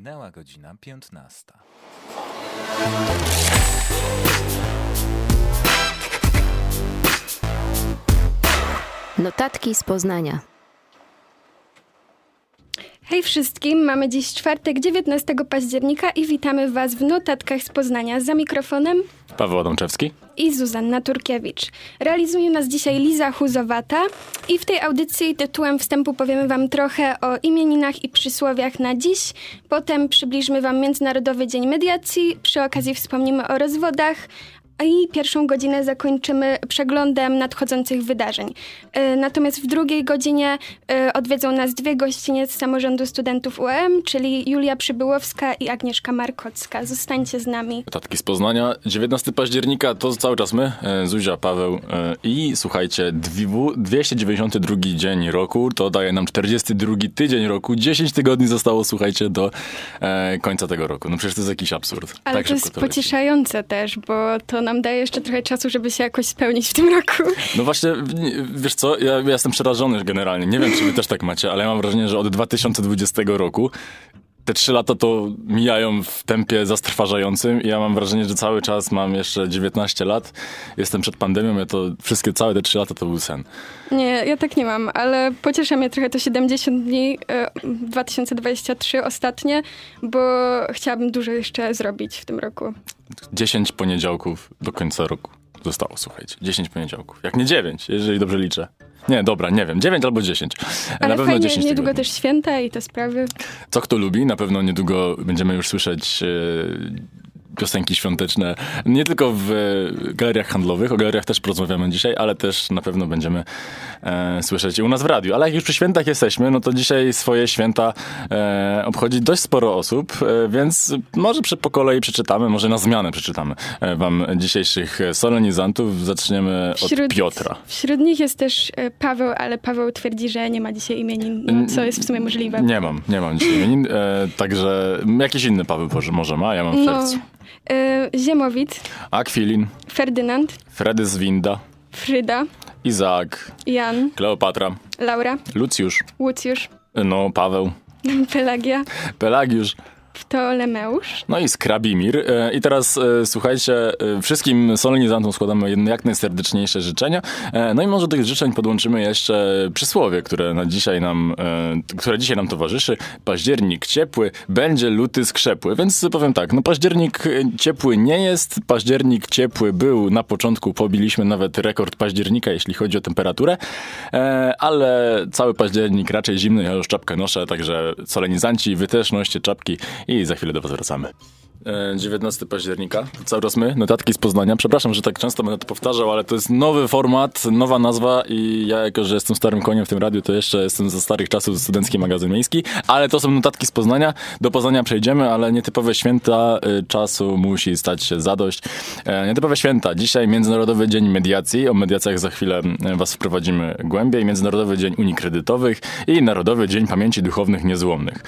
Minęła godzina 15. Notatki z Poznania. Hej wszystkim, mamy dziś czwartek 19 października i witamy Was w Notatkach z Poznania. Za mikrofonem Paweł Adamczewski i Zuzanna Turkiewicz. Realizuje nas dzisiaj Liza Huzowata i w tej audycji tytułem wstępu powiemy Wam trochę o imieninach i przysłowiach na dziś. Potem przybliżymy Wam Międzynarodowy Dzień Mediacji, przy okazji wspomnimy o rozwodach, i pierwszą godzinę zakończymy przeglądem nadchodzących wydarzeń. Natomiast w drugiej godzinie odwiedzą nas dwie gościnie z Samorządu Studentów UEM, czyli Julia Przybyłowska i Agnieszka Markocka. Zostańcie z nami. Notatki z Poznania. 19 października to cały czas my, Zuzia, Paweł i słuchajcie, 292 dzień roku, to daje nam 42 tydzień roku. 10 tygodni zostało, słuchajcie, do końca tego roku. No przecież to jest jakiś absurd. Ale tak to jest pocieszające też, bo to nam daje jeszcze trochę czasu, żeby się jakoś spełnić w tym roku. No właśnie, wiesz co, ja jestem przerażony generalnie. Nie wiem, czy wy też tak macie, ale ja mam wrażenie, że od 2020 roku te 3 lata to mijają w tempie zastrważającym i ja mam wrażenie, że cały czas mam jeszcze 19 lat. Jestem przed pandemią, całe te 3 lata to był sen. Nie, ja tak nie mam, ale pociesza mnie trochę to 70 dni 2023 ostatnie, bo chciałabym dużo jeszcze zrobić w tym roku. 10 poniedziałków do końca roku zostało, słuchajcie. 10 poniedziałków. Jak nie 9, jeżeli dobrze liczę. Nie, dobra, nie wiem. 9 albo 10. Ale na pewno fajnie, 10 niedługo tygodni. też święta i te sprawy. Co kto lubi, na pewno niedługo będziemy już słyszeć piosenki świąteczne, nie tylko w galeriach handlowych, o galeriach też porozmawiamy dzisiaj, ale też na pewno będziemy słyszeć i u nas w radiu. Ale jak już przy świętach jesteśmy, no to dzisiaj swoje święta obchodzi dość sporo osób, więc może po kolei przeczytamy, może na zmianę przeczytamy wam dzisiejszych solenizantów. Zaczniemy od Piotra. Wśród nich jest też Paweł, ale Paweł twierdzi, że nie ma dzisiaj imienin, no, co jest w sumie możliwe. Nie mam dzisiaj imienin, także jakiś inny Paweł może ma, ja mam w sercu. Ziemowit, Akwilin, Ferdynand, Fredy z Winda, Fryda, Izaak, Jan, Kleopatra, Laura, Lucjusz, Łucjusz, Paweł, Pelagia, Pelagiusz, Ptolemeusz. no i Skrabimir. I teraz słuchajcie, wszystkim solenizantom składamy jak najserdeczniejsze życzenia. No i może do tych życzeń podłączymy jeszcze przysłowie, które dzisiaj nam towarzyszy. Październik ciepły, będzie luty skrzepły. Więc powiem tak, no październik ciepły nie jest. Październik ciepły był na początku, pobiliśmy nawet rekord października, jeśli chodzi o temperaturę. Ale cały październik raczej zimny, ja już czapkę noszę, także solenizanci, wy też noście czapki. I za chwilę do was wracamy. 19 października, cały czas my, Notatki z Poznania. Przepraszam, że tak często będę to powtarzał, ale to jest nowy format, nowa nazwa i ja, jako że jestem starym koniem w tym radiu, to jeszcze jestem ze starych czasów Studencki Magazyn Miejski, ale to są Notatki z Poznania. Do Poznania przejdziemy, ale nietypowe święta czasu musi stać się zadość. Nietypowe święta. Dzisiaj Międzynarodowy Dzień Mediacji. O mediacjach za chwilę was wprowadzimy głębiej. Międzynarodowy Dzień Unii Kredytowych i Narodowy Dzień Pamięci Duchownych Niezłomnych.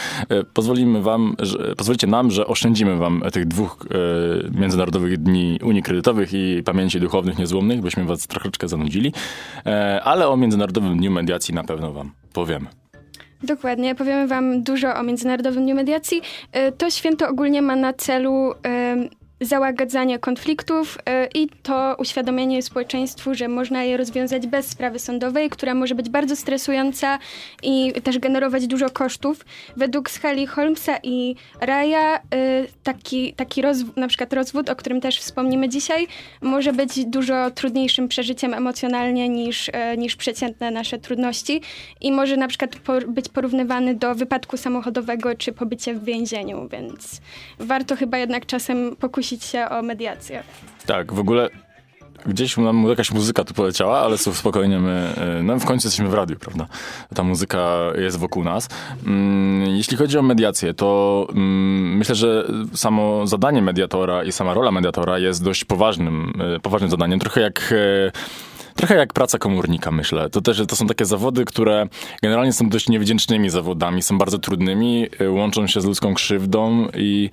Pozwolicie nam, że oszczędzimy wam tych 2 Międzynarodowych Dni Unii Kredytowych i Pamięci Duchownych Niezłomnych, byśmy was troszeczkę zanudzili, ale o Międzynarodowym Dniu Mediacji na pewno wam powiemy. Dokładnie, powiemy wam dużo o Międzynarodowym Dniu Mediacji. To święto ogólnie ma na celu załagadzanie konfliktów i to uświadomienie społeczeństwu, że można je rozwiązać bez sprawy sądowej, która może być bardzo stresująca i też generować dużo kosztów. Według Scully, Holmesa i Raya taki na przykład rozwód, o którym też wspomnimy dzisiaj, może być dużo trudniejszym przeżyciem emocjonalnie niż przeciętne nasze trudności i może na przykład być porównywany do wypadku samochodowego czy pobycia w więzieniu, więc warto chyba jednak czasem pokusić się o mediację. Tak, w ogóle gdzieś nam jakaś muzyka tu poleciała, ale spokojnie my, no w końcu jesteśmy w radiu, prawda? Ta muzyka jest wokół nas. Jeśli chodzi o mediację, to myślę, że samo zadanie mediatora i sama rola mediatora jest dość poważnym zadaniem. Trochę jak praca komornika, myślę. To są takie zawody, które generalnie są dość niewdzięcznymi zawodami, są bardzo trudnymi, łączą się z ludzką krzywdą i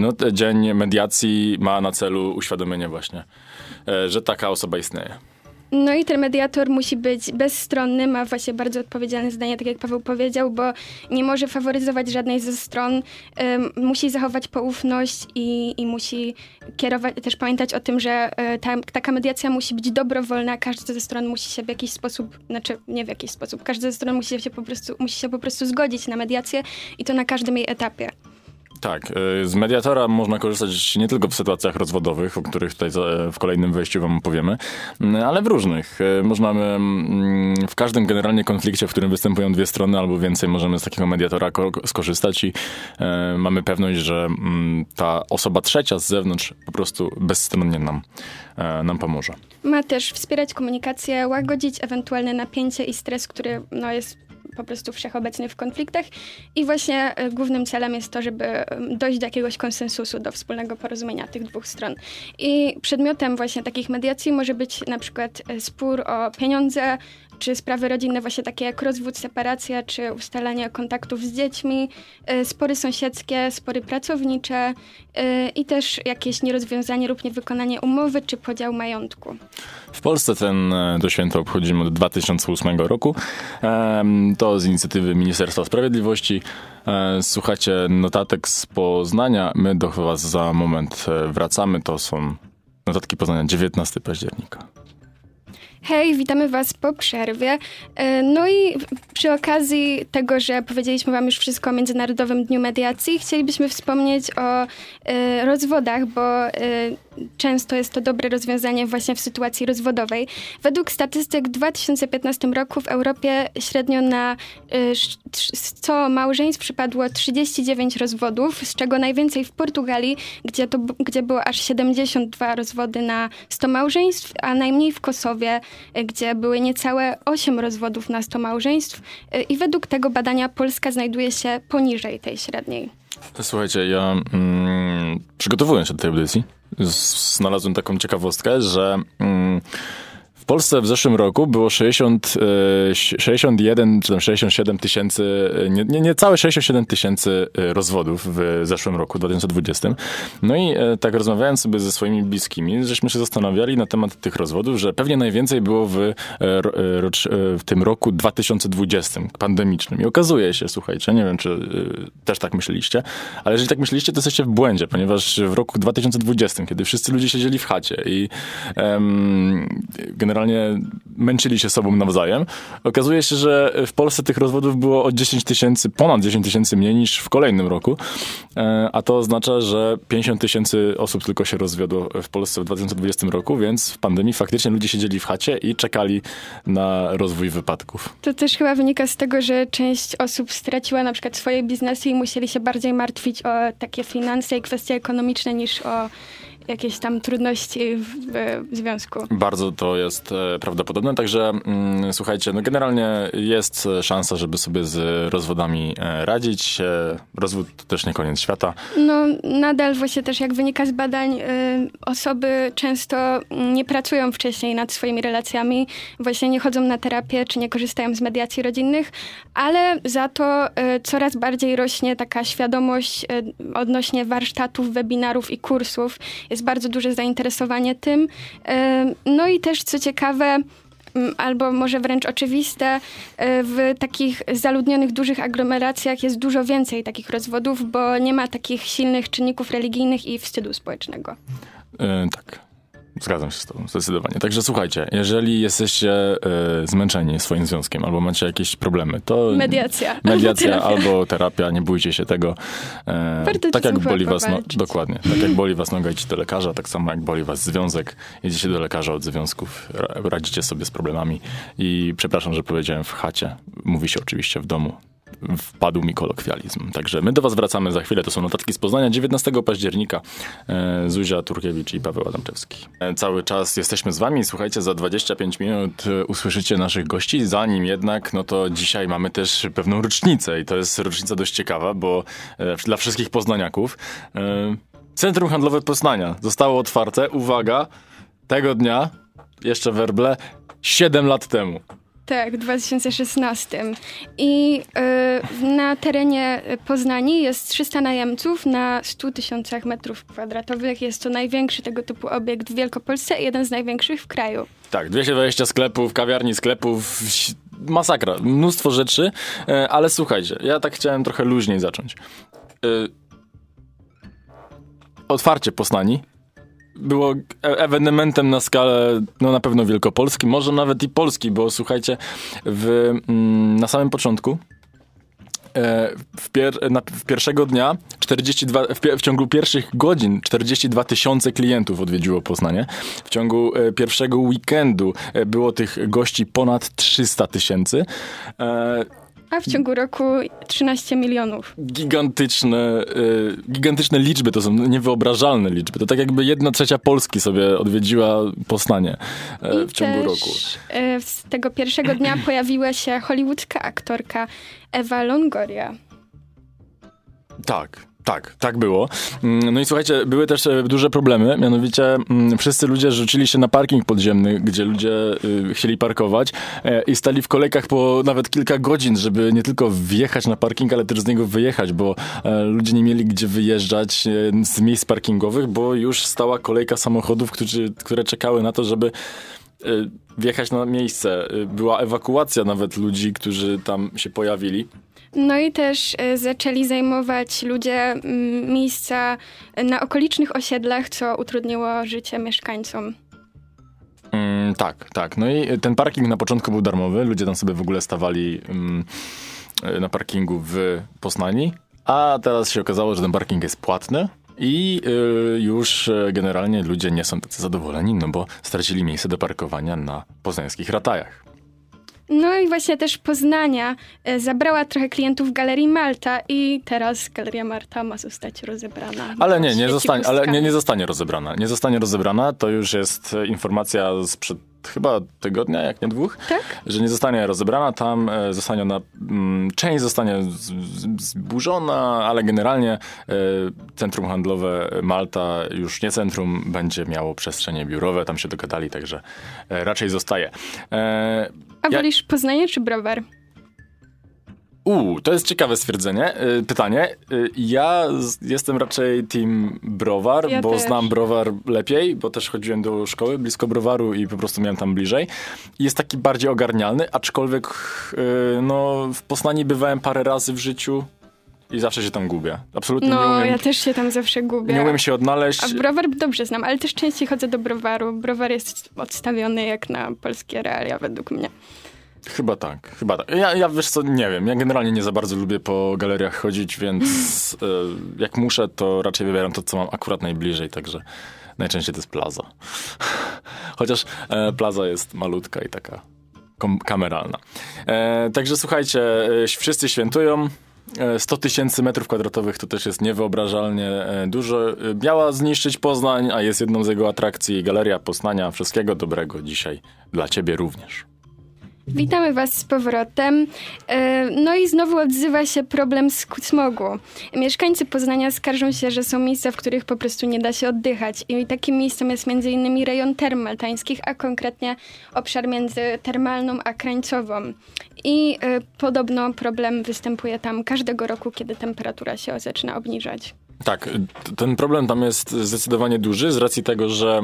Dzień Mediacji ma na celu uświadomienie właśnie, że taka osoba istnieje. No i ten mediator musi być bezstronny, ma właśnie bardzo odpowiedzialne zdanie, tak jak Paweł powiedział, bo nie może faworyzować żadnej ze stron, musi zachować poufność i musi kierować, też pamiętać o tym, że taka mediacja musi być dobrowolna, każda ze stron musi się w jakiś sposób, znaczy nie w jakiś sposób, każda ze stron musi się po prostu zgodzić na mediację i to na każdym jej etapie. Tak, z mediatora można korzystać nie tylko w sytuacjach rozwodowych, o których tutaj w kolejnym wejściu wam opowiemy, ale w różnych. Można w każdym generalnie konflikcie, w którym występują dwie strony albo więcej, możemy z takiego mediatora skorzystać i mamy pewność, że ta osoba trzecia z zewnątrz po prostu bezstronnie nam pomoże. Ma też wspierać komunikację, łagodzić ewentualne napięcie i stres, który jest po prostu wszechobecny w konfliktach i właśnie głównym celem jest to, żeby dojść do jakiegoś konsensusu, do wspólnego porozumienia tych dwóch stron. I przedmiotem właśnie takich mediacji może być na przykład spór o pieniądze, czy sprawy rodzinne właśnie takie jak rozwód, separacja, czy ustalanie kontaktów z dziećmi, spory sąsiedzkie, spory pracownicze i też jakieś nierozwiązanie lub niewykonanie umowy, czy podział majątku. W Polsce to święto obchodzimy od 2008 roku. To z inicjatywy Ministerstwa Sprawiedliwości. Słuchacie notatek z Poznania. My do was za moment wracamy. To są notatki Poznania 19 października. Hej, witamy was po przerwie. No i przy okazji tego, że powiedzieliśmy wam już wszystko o Międzynarodowym Dniu Mediacji, chcielibyśmy wspomnieć o rozwodach, bo często jest to dobre rozwiązanie właśnie w sytuacji rozwodowej. Według statystyk w 2015 roku w Europie średnio na 100 małżeństw przypadło 39 rozwodów, z czego najwięcej w Portugalii, gdzie było aż 72 rozwody na 100 małżeństw, a najmniej w Kosowie, gdzie były niecałe 8 rozwodów na 100 małżeństw. I według tego badania Polska znajduje się poniżej tej średniej. Słuchajcie, ja przygotowując się do tej audycji, znalazłem taką ciekawostkę, że w Polsce w zeszłym roku było 61 czy tam 67 tysięcy, niecałe 67 tysięcy rozwodów w zeszłym roku, 2020. No i tak rozmawiając sobie ze swoimi bliskimi, żeśmy się zastanawiali na temat tych rozwodów, że pewnie najwięcej było w tym roku 2020, pandemicznym. I okazuje się, słuchajcie, nie wiem, czy też tak myśleliście, ale jeżeli tak myśleliście, to jesteście w błędzie, ponieważ w roku 2020, kiedy wszyscy ludzie siedzieli w chacie i generalnie męczyli się sobą nawzajem. Okazuje się, że w Polsce tych rozwodów było o 10 tysięcy, ponad 10 tysięcy mniej niż w kolejnym roku, a to oznacza, że 50 tysięcy osób tylko się rozwiodło w Polsce w 2020 roku, więc w pandemii faktycznie ludzie siedzieli w chacie i czekali na rozwój wypadków. To też chyba wynika z tego, że część osób straciła na przykład swoje biznesy i musieli się bardziej martwić o takie finanse i kwestie ekonomiczne niż o jakieś tam trudności w związku. Bardzo to jest prawdopodobne, także słuchajcie, no generalnie jest szansa, żeby sobie z rozwodami radzić. Rozwód to też nie koniec świata. No nadal właśnie też jak wynika z badań, osoby często nie pracują wcześniej nad swoimi relacjami, właśnie nie chodzą na terapię, czy nie korzystają z mediacji rodzinnych, ale za to coraz bardziej rośnie taka świadomość odnośnie warsztatów, webinarów i kursów. Jest bardzo duże zainteresowanie tym. No i też, co ciekawe, albo może wręcz oczywiste, w takich zaludnionych, dużych aglomeracjach jest dużo więcej takich rozwodów, bo nie ma takich silnych czynników religijnych i wstydu społecznego. Tak. Zgadzam się z tobą, zdecydowanie. Także słuchajcie, jeżeli jesteście zmęczeni swoim związkiem albo macie jakieś problemy, to mediacja albo terapia, nie bójcie się tego. Tak jak boli was, dokładnie, tak jak boli was noga, idźcie do lekarza, tak samo jak boli was związek, jedziecie do lekarza od związków, radzicie sobie z problemami i przepraszam, że powiedziałem w chacie, mówi się oczywiście w domu. Wpadł mi kolokwializm. Także my do was wracamy za chwilę. To są notatki z Poznania 19 października. Zuzia Turkiewicz i Paweł Adamczewski. Cały czas jesteśmy z wami. Słuchajcie, za 25 minut usłyszycie naszych gości. Zanim jednak, no to dzisiaj mamy też pewną rocznicę i to jest rocznica dość ciekawa, bo dla wszystkich poznaniaków Centrum Handlowe Poznania zostało otwarte, uwaga, tego dnia, jeszcze werble, 7 lat temu. Tak, w 2016. I na terenie Poznani jest 300 najemców na 100 tysiącach metrów kwadratowych. Jest to największy tego typu obiekt w Wielkopolsce i jeden z największych w kraju. Tak, 220 sklepów, kawiarni, sklepów, masakra, mnóstwo rzeczy, ale słuchajcie, ja tak chciałem trochę luźniej zacząć. Otwarcie Poznani było ewenementem na skalę, no na pewno wielkopolski, może nawet i polski, bo słuchajcie, na samym początku pierwszego dnia w ciągu pierwszych godzin 42 tysiące klientów odwiedziło Poznanie. W ciągu pierwszego weekendu było tych gości ponad 300 tysięcy. A w ciągu roku 13 milionów. Gigantyczne liczby, to są niewyobrażalne liczby. To tak jakby 1/3 Polski sobie odwiedziła Poznanie w ciągu roku. Z tego pierwszego dnia pojawiła się hollywoodzka aktorka Ewa Longoria. Tak było. No i słuchajcie, były też duże problemy, mianowicie wszyscy ludzie rzucili się na parking podziemny, gdzie ludzie chcieli parkować i stali w kolejkach po nawet kilka godzin, żeby nie tylko wjechać na parking, ale też z niego wyjechać, bo ludzie nie mieli gdzie wyjeżdżać z miejsc parkingowych, bo już stała kolejka samochodów, które czekały na to, żeby wjechać na miejsce. Była ewakuacja nawet ludzi, którzy tam się pojawili. No i też zaczęli zajmować ludzie miejsca na okolicznych osiedlach, co utrudniło życie mieszkańcom. Tak. No i ten parking na początku był darmowy. Ludzie tam sobie w ogóle stawali na parkingu w Poznani, a teraz się okazało, że ten parking jest płatny. I już generalnie ludzie nie są tacy zadowoleni, no bo stracili miejsce do parkowania na poznańskich ratajach. No i właśnie też Poznania zabrała trochę klientów Galerii Malta i teraz Galeria Malta ma zostać rozebrana. Ale nie zostanie rozebrana. Nie zostanie rozebrana, to już jest informacja sprzed chyba tygodnia, jak nie 2, tak? Że nie zostanie rozebrana, tam zostanie ona, część zostanie zburzona, ale generalnie centrum handlowe Malta, już nie centrum, będzie miało przestrzenie biurowe, tam się dogadali, także raczej zostaje. A wolisz Poznanie czy Browar? To jest ciekawe pytanie. Ja jestem raczej team Browar, bo też znam Browar lepiej, bo też chodziłem do szkoły blisko Browaru i po prostu miałem tam bliżej. Jest taki bardziej ogarnialny, aczkolwiek w Poznaniu bywałem parę razy w życiu i zawsze się tam gubię. Absolutnie nie umiem. Ja też się tam zawsze gubię. Nie umiem się odnaleźć. A Browar dobrze znam, ale też częściej chodzę do Browaru. Browar jest odstawiony jak na polskie realia według mnie. Chyba tak. Ja wiesz co, nie wiem. Ja generalnie nie za bardzo lubię po galeriach chodzić, więc jak muszę, to raczej wybieram to, co mam akurat najbliżej, także najczęściej to jest Plaza. Chociaż Plaza jest malutka i taka kameralna. Także słuchajcie, wszyscy świętują. 100 tysięcy metrów kwadratowych to też jest niewyobrażalnie dużo. Miała zniszczyć Poznań, a jest jedną z jego atrakcji Galeria Poznania. Wszystkiego dobrego dzisiaj dla ciebie również. Witamy Was z powrotem. No i znowu odzywa się problem smogu. Mieszkańcy Poznania skarżą się, że są miejsca, w których po prostu nie da się oddychać. I takim miejscem jest m.in. rejon Term Maltańskich, a konkretnie obszar między Termalną a Krańcową. I podobno problem występuje tam każdego roku, kiedy temperatura się zaczyna obniżać. Tak, ten problem tam jest zdecydowanie duży z racji tego, że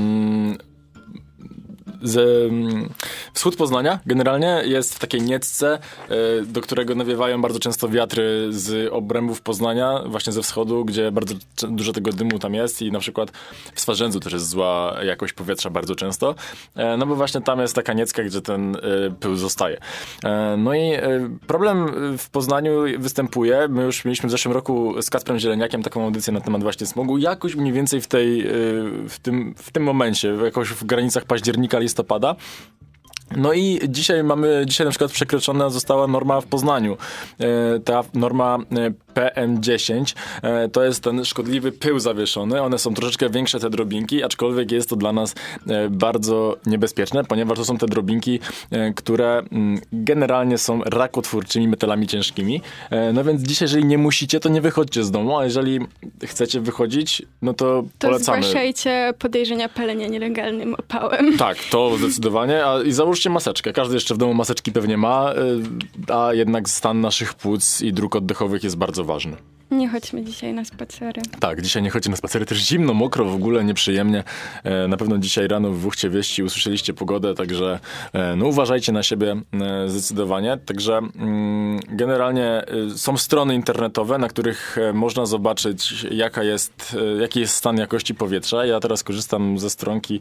wschód Poznania generalnie jest w takiej niecce, do którego nawiewają bardzo często wiatry z obrębów Poznania, właśnie ze wschodu, gdzie bardzo dużo tego dymu tam jest i na przykład w Swarzędzu też jest zła jakość powietrza bardzo często, no bo właśnie tam jest taka niecka, gdzie ten pył zostaje. No i problem w Poznaniu występuje. My już mieliśmy w zeszłym roku z Kacprem Zieleniakiem taką audycję na temat właśnie smogu. Jakoś mniej więcej w tym momencie, jakoś w granicach października, listopada. No i dzisiaj na przykład przekroczona została norma w Poznaniu. Ta norma PM10. To jest ten szkodliwy pył zawieszony. One są troszeczkę większe, te drobinki, aczkolwiek jest to dla nas bardzo niebezpieczne, ponieważ to są te drobinki, które generalnie są rakotwórczymi metalami ciężkimi. No więc dzisiaj, jeżeli nie musicie, to nie wychodźcie z domu, a jeżeli chcecie wychodzić, no to polecamy. Zgłaszajcie podejrzenia palenia nielegalnym opałem. Tak, to zdecydowanie. I załóżcie maseczkę. Każdy jeszcze w domu maseczki pewnie ma, a jednak stan naszych płuc i dróg oddechowych jest bardzo ważny. Nie chodźmy dzisiaj na spacery. Tak, dzisiaj nie chodźcie na spacery. Też zimno, mokro, w ogóle nieprzyjemnie. Na pewno dzisiaj rano w Wuchcie Wieści usłyszeliście pogodę, także no uważajcie na siebie zdecydowanie. Także generalnie są strony internetowe, na których można zobaczyć, jaki jest stan jakości powietrza. Ja teraz korzystam ze stronki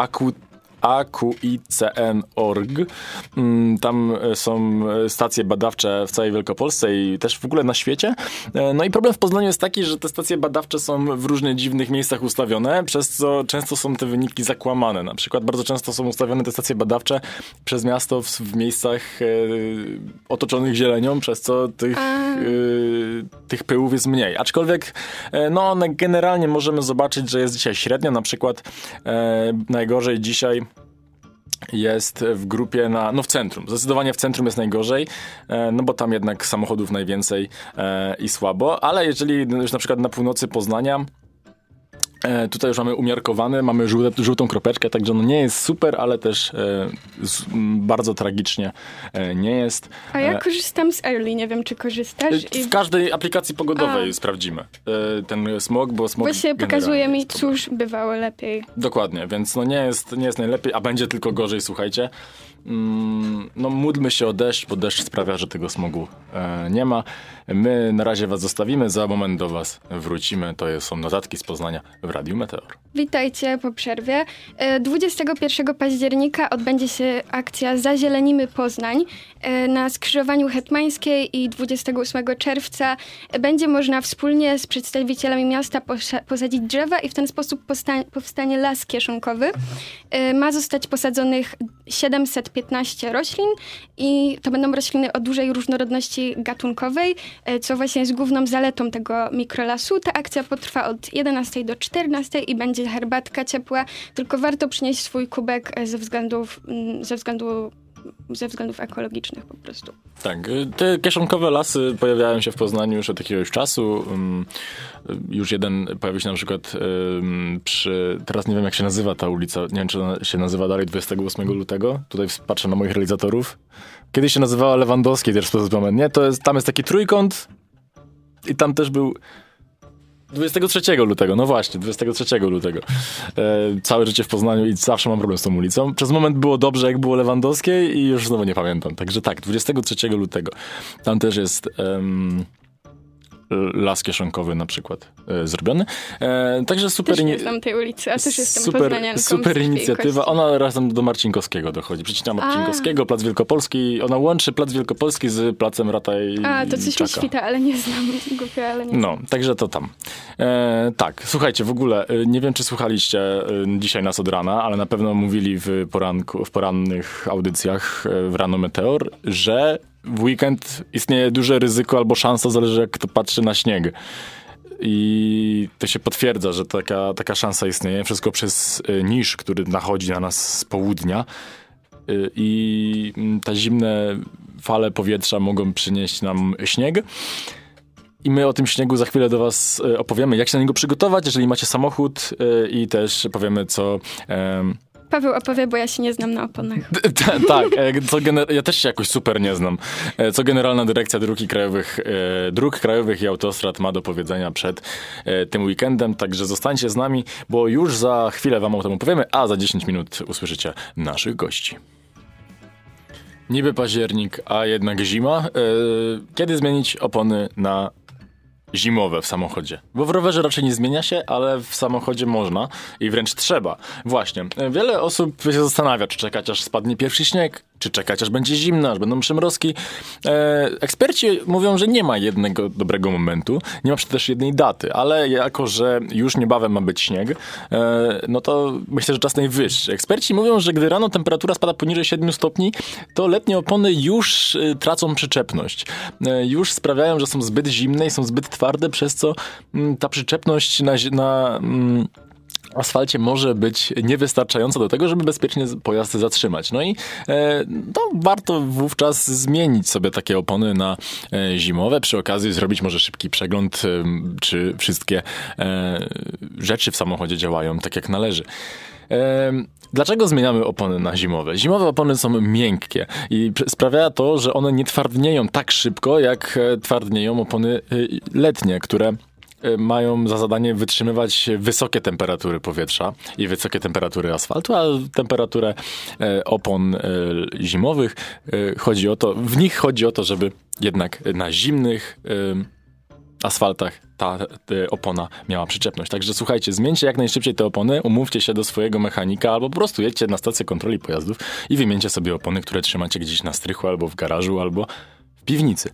AQICN.org. Tam są stacje badawcze w całej Wielkopolsce i też w ogóle na świecie. No i problem w Poznaniu jest taki, że te stacje badawcze są w różnych dziwnych miejscach ustawione, przez co często są te wyniki zakłamane. Na przykład bardzo często są ustawione te stacje badawcze przez miasto w miejscach otoczonych zielenią, przez co tych pyłów jest mniej. Aczkolwiek no one generalnie możemy zobaczyć, że jest dzisiaj średnia. Na przykład najgorzej dzisiaj jest w grupie w centrum. Zdecydowanie w centrum jest najgorzej, no bo tam jednak samochodów najwięcej i słabo, ale jeżeli już na przykład na północy Poznania, tutaj już mamy umiarkowane, mamy żółtą kropeczkę, także no nie jest super, ale też bardzo tragicznie nie jest. A ja korzystam z Early, nie wiem czy korzystasz. W każdej aplikacji pogodowej sprawdzimy ten smog, bo smog właśnie pokazuje mi, cóż bywało lepiej. Dokładnie, więc no nie jest najlepiej, a będzie tylko gorzej, słuchajcie. No módlmy się o deszcz, bo deszcz sprawia, że tego smogu nie ma. My na razie was zostawimy, za moment do was wrócimy. To są notatki z Poznania w Radiu Meteor. Witajcie po przerwie. 21 października odbędzie się akcja Zazielenimy Poznań na skrzyżowaniu Hetmańskiej i 28 czerwca będzie można wspólnie z przedstawicielami miasta posadzić drzewa i w ten sposób powstanie las kieszonkowy. Ma zostać posadzonych 715 roślin i to będą rośliny o dużej różnorodności gatunkowej, co właśnie jest główną zaletą tego mikrolasu. Ta akcja potrwa od 11 do 14 i będzie herbatka ciepła, tylko warto przynieść swój kubek ze względów ekologicznych po prostu. Tak, te kieszonkowe lasy pojawiają się w Poznaniu już od jakiegoś czasu. Już jeden pojawił się na przykład teraz nie wiem jak się nazywa ta ulica, nie wiem czy ona się nazywa dalej 28 lutego. Tutaj patrzę na moich realizatorów. Kiedyś się nazywała Lewandowskiej też w sposób moment, nie? Tam jest taki trójkąt i tam też był 23 lutego, no właśnie, 23 lutego. Całe życie w Poznaniu i zawsze mam problem z tą ulicą. Przez moment było dobrze, jak było Lewandowskiej i już znowu nie pamiętam. Także tak, 23 lutego. Tam też jest las kieszonkowy na przykład zrobiony. Także super... Też nie znam tej ulicy, a też jestem poznanianką. Super inicjatywa. Ona razem do Marcinkowskiego dochodzi. Przecinam Marcinkowskiego, Plac Wielkopolski. Ona łączy Plac Wielkopolski z Placem Ratajczaka. To coś mi świta, ale nie znam. Głupia, ale nie znam. No, także to tam. Tak, słuchajcie, w ogóle nie wiem, czy słuchaliście dzisiaj nas od rana, ale na pewno mówili w porannych audycjach w Rano Meteor, że w weekend istnieje duże ryzyko albo szansa, zależy jak kto patrzy na śnieg. I to się potwierdza, że taka szansa istnieje. Wszystko przez niż, który nachodzi na nas z południa. I te zimne fale powietrza mogą przynieść nam śnieg. I my o tym śniegu za chwilę do was opowiemy, jak się na niego przygotować, jeżeli macie samochód i też powiemy, co... Paweł opowie, bo ja się nie znam na oponach. Tak, ja też się jakoś super nie znam. Co Generalna Dyrekcja Dróg Krajowych i Autostrad ma do powiedzenia przed tym weekendem, także zostańcie z nami, bo już za chwilę wam o tym opowiemy, a za 10 minut usłyszycie naszych gości. Niby październik, a jednak zima. Kiedy zmienić opony na zimowe w samochodzie? Bo w rowerze raczej nie zmienia się, ale w samochodzie można i wręcz trzeba. Właśnie. Wiele osób się zastanawia, czy czekać aż spadnie pierwszy śnieg, czy czekać, aż będzie zimno, aż będą przymrozki. Eksperci mówią, że nie ma jednego dobrego momentu, nie ma też jednej daty, ale jako, że już niebawem ma być śnieg, no to myślę, że czas najwyższy. Eksperci mówią, że gdy rano temperatura spada poniżej 7 stopni, to letnie opony już tracą przyczepność. Już sprawiają, że są zbyt zimne i są zbyt twarde, przez co ta przyczepność na asfalcie może być niewystarczająca do tego, żeby bezpiecznie pojazd zatrzymać. No i to warto wówczas zmienić sobie takie opony na zimowe. Przy okazji zrobić może szybki przegląd, czy wszystkie rzeczy w samochodzie działają tak jak należy. Dlaczego zmieniamy opony na zimowe? Zimowe opony są miękkie i sprawia to, że one nie twardnieją tak szybko, jak twardnieją opony letnie, które mają za zadanie wytrzymywać wysokie temperatury powietrza i wysokie temperatury asfaltu, a temperaturę opon zimowych w nich chodzi o to, żeby jednak na zimnych asfaltach ta opona miała przyczepność. Także słuchajcie, zmieńcie jak najszybciej te opony, umówcie się do swojego mechanika albo po prostu jedźcie na stację kontroli pojazdów i wymieńcie sobie opony, które trzymacie gdzieś na strychu albo w garażu, albo w piwnicy.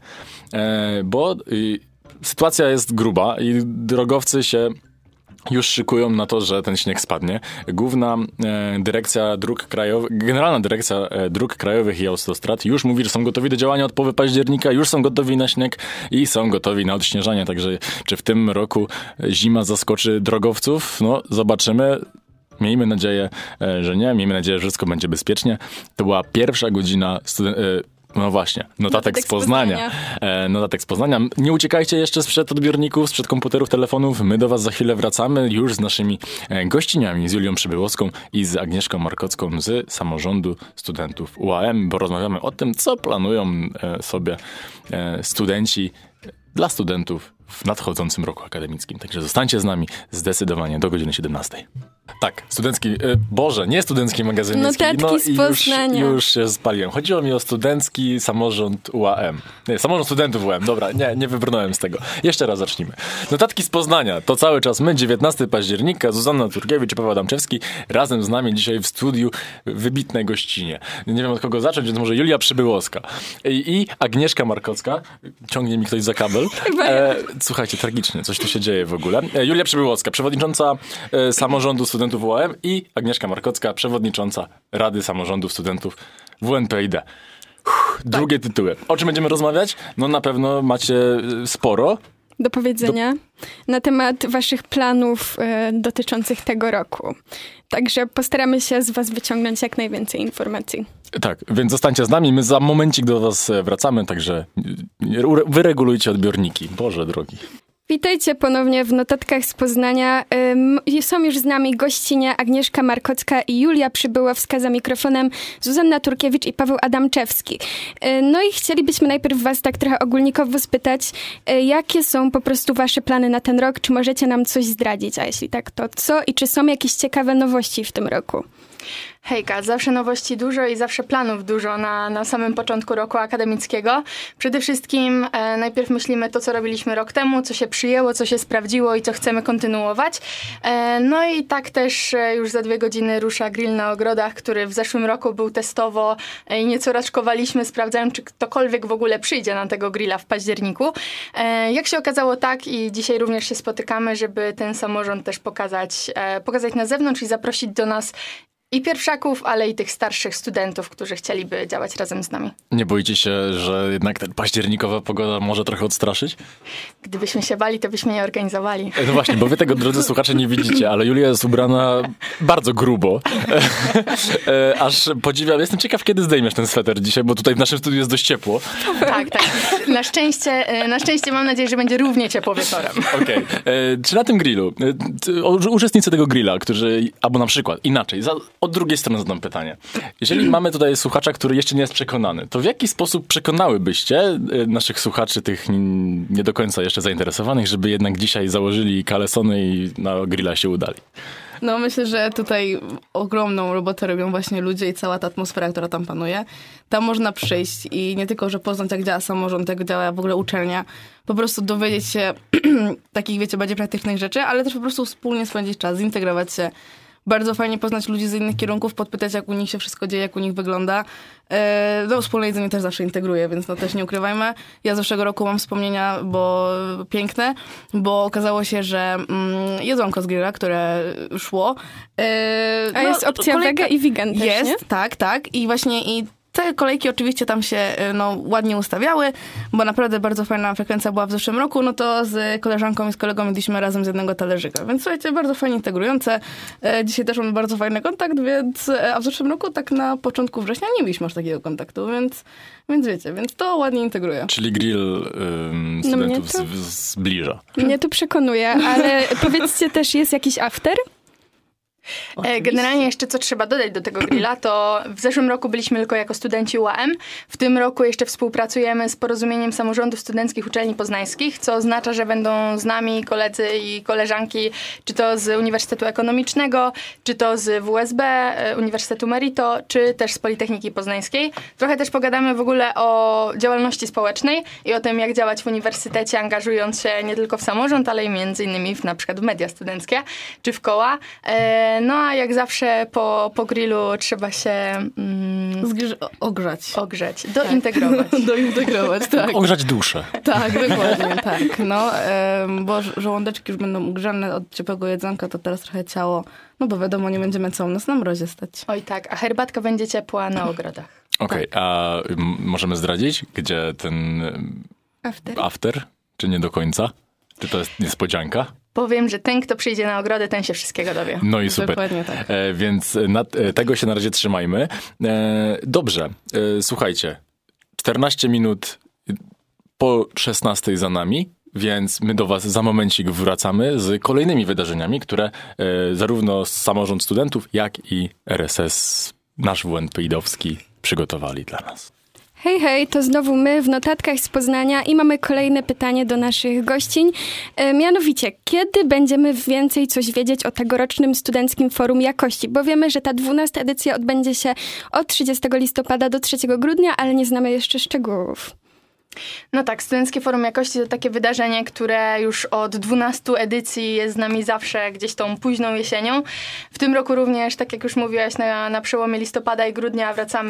Bo sytuacja jest gruba i drogowcy się już szykują na to, że ten śnieg spadnie. Główna dyrekcja dróg krajowych, Generalna Dyrekcja Dróg Krajowych i Autostrad już mówi, że są gotowi do działania od połowy października, już są gotowi na śnieg i są gotowi na odśnieżanie. Także czy w tym roku zima zaskoczy drogowców? No, zobaczymy. Miejmy nadzieję, że nie. Miejmy nadzieję, że wszystko będzie bezpiecznie. To była pierwsza godzina no właśnie, notatek z Poznania. Notatek z Poznania. Nie uciekajcie jeszcze sprzed odbiorników, sprzed komputerów, telefonów. My do was za chwilę wracamy już z naszymi gościniami, z Julią Przybyłowską i z Agnieszką Markocką z Samorządu Studentów UAM, bo rozmawiamy o tym, co planują sobie studenci dla studentów w nadchodzącym roku akademickim. Także zostańcie z nami zdecydowanie do godziny 17. Tak, nie studencki magazyn miejski. Notatki z Poznania. Już się spaliłem. Chodziło mi o studencki samorząd UAM. Nie, samorząd studentów UAM. Dobra, nie wybrnąłem z tego. Jeszcze raz zacznijmy. Notatki z Poznania. To cały czas my, 19 października, Zuzanna Turkiewicz i Paweł Adamczewski. Razem z nami dzisiaj w studiu wybitne gościnie. Nie wiem od kogo zacząć, więc może Julia Przybyłowska. I Agnieszka Markocka. Ciągnie mi ktoś za kabel. Słuchajcie, tragicznie, coś tu się dzieje w ogóle. Julia Przybyłowska, przewodnicząca Samorządu Studentów UAM i Agnieszka Markocka, przewodnicząca Rady Samorządów Studentów WNPID. Drugie tytuły. O czym będziemy rozmawiać? No na pewno macie sporo do powiedzenia na temat waszych planów dotyczących tego roku. Także postaramy się z was wyciągnąć jak najwięcej informacji. Tak, więc zostańcie z nami, my za momencik do was wracamy, także wyregulujcie odbiorniki. Boże drogi. Witajcie ponownie w Notatkach z Poznania. Są już z nami gościnie Agnieszka Markocka i Julia Przybyłowska, za mikrofonem Zuzanna Turkiewicz i Paweł Adamczewski. No i chcielibyśmy najpierw was tak trochę ogólnikowo spytać, jakie są po prostu wasze plany na ten rok? Czy możecie nam coś zdradzić? A jeśli tak, to co? I czy są jakieś ciekawe nowości w tym roku? Hejka, zawsze nowości dużo i zawsze planów dużo na samym początku roku akademickiego. Przede wszystkim najpierw myślimy to, co robiliśmy rok temu, co się przyjęło, co się sprawdziło i co chcemy kontynuować. No i tak też już za 2 godziny rusza grill na ogrodach, który w zeszłym roku był testowo i nieco raczkowaliśmy, sprawdzając, czy ktokolwiek w ogóle przyjdzie na tego grilla w październiku. Jak się okazało, tak, i dzisiaj również się spotykamy, żeby ten samorząd też pokazać na zewnątrz i zaprosić do nas i pierwszaków, ale i tych starszych studentów, którzy chcieliby działać razem z nami. Nie boicie się, że jednak ta październikowa pogoda może trochę odstraszyć? Gdybyśmy się bali, to byśmy nie organizowali. No właśnie, bo wy tego, drodzy słuchacze, nie widzicie, ale Julia jest ubrana bardzo grubo. Aż podziwiam. Jestem ciekaw, kiedy zdejmiesz ten sweter dzisiaj, bo tutaj w naszym studiu jest dość ciepło. Tak. Na szczęście mam nadzieję, że będzie równie ciepło wieczorem. Okej. Czy na tym grillu, uczestnicy tego grilla, którzy, albo na przykład inaczej, od drugiej strony zadam pytanie. Jeżeli mamy tutaj słuchacza, który jeszcze nie jest przekonany, to w jaki sposób przekonałybyście naszych słuchaczy, tych nie do końca jeszcze zainteresowanych, żeby jednak dzisiaj założyli kalesony i na grilla się udali? No myślę, że tutaj ogromną robotę robią właśnie ludzie i cała ta atmosfera, która tam panuje. Tam można przyjść i nie tylko, że poznać, jak działa samorząd, jak działa w ogóle uczelnia, po prostu dowiedzieć się takich, wiecie, bardziej praktycznych rzeczy, ale też po prostu wspólnie spędzić czas, zintegrować się, Bardzo fajnie poznać ludzi z innych kierunków, podpytać, jak u nich się wszystko dzieje, jak u nich wygląda. No, wspólne jedzenie też zawsze integruje, więc no też nie ukrywajmy. Ja z zeszłego roku mam wspomnienia piękne, bo okazało się, że jedzonko z grilla, które szło. A jest opcja wege i vegan też, jest, nie? tak. I właśnie te kolejki oczywiście tam się ładnie ustawiały, bo naprawdę bardzo fajna frekwencja była w zeszłym roku, no to z koleżanką i z kolegą jedliśmy razem z jednego talerzyka. Więc słuchajcie, bardzo fajnie integrujące. Dzisiaj też mamy bardzo fajny kontakt, a w zeszłym roku tak na początku września nie mieliśmy aż takiego kontaktu, więc wiecie, więc to ładnie integruje. Czyli grill studentów zbliża. Mnie to przekonuje, ale powiedzcie też, jest jakiś after? Generalnie jeszcze co trzeba dodać do tego grilla, to w zeszłym roku byliśmy tylko jako studenci UAM. W tym roku jeszcze współpracujemy z Porozumieniem Samorządów Studenckich Uczelni Poznańskich, co oznacza, że będą z nami koledzy i koleżanki, czy to z Uniwersytetu Ekonomicznego, czy to z WSB, Uniwersytetu Merito, czy też z Politechniki Poznańskiej. Trochę też pogadamy w ogóle o działalności społecznej i o tym, jak działać w uniwersytecie, angażując się nie tylko w samorząd, ale i między innymi na przykład w media studenckie, czy w koła. No a jak zawsze po grillu trzeba się ogrzać, dointegrować, tak. Ogrzać duszę. Tak, dokładnie, tak. No, bo żołądeczki już będą ugrzane od ciepłego jedzonka, to teraz trochę ciało, no bo wiadomo, nie będziemy całą noc na mrozie stać. Oj tak, a herbatka będzie ciepła na ogrodach. Okej, a możemy zdradzić, gdzie ten after? Czy nie do końca? Czy to jest niespodzianka? Powiem, że ten, kto przyjdzie na ogrody, ten się wszystkiego dowie. No i super. Dokładnie tak. Więc tego się na razie trzymajmy. Dobrze, słuchajcie. 14 minut po 16 za nami, więc my do was za momencik wracamy z kolejnymi wydarzeniami, które zarówno samorząd studentów, jak i RSS, nasz WNP-idowski, przygotowali dla nas. Hej, to znowu my w Notatkach z Poznania i mamy kolejne pytanie do naszych gościń. Mianowicie, kiedy będziemy więcej coś wiedzieć o tegorocznym Studenckim Forum Jakości? Bo wiemy, że ta 12. edycja odbędzie się od 30 listopada do 3 grudnia, ale nie znamy jeszcze szczegółów. No tak, Studenckie Forum Jakości to takie wydarzenie, które już od 12 edycji jest z nami zawsze gdzieś tą późną jesienią. W tym roku również, tak jak już mówiłaś, na przełomie listopada i grudnia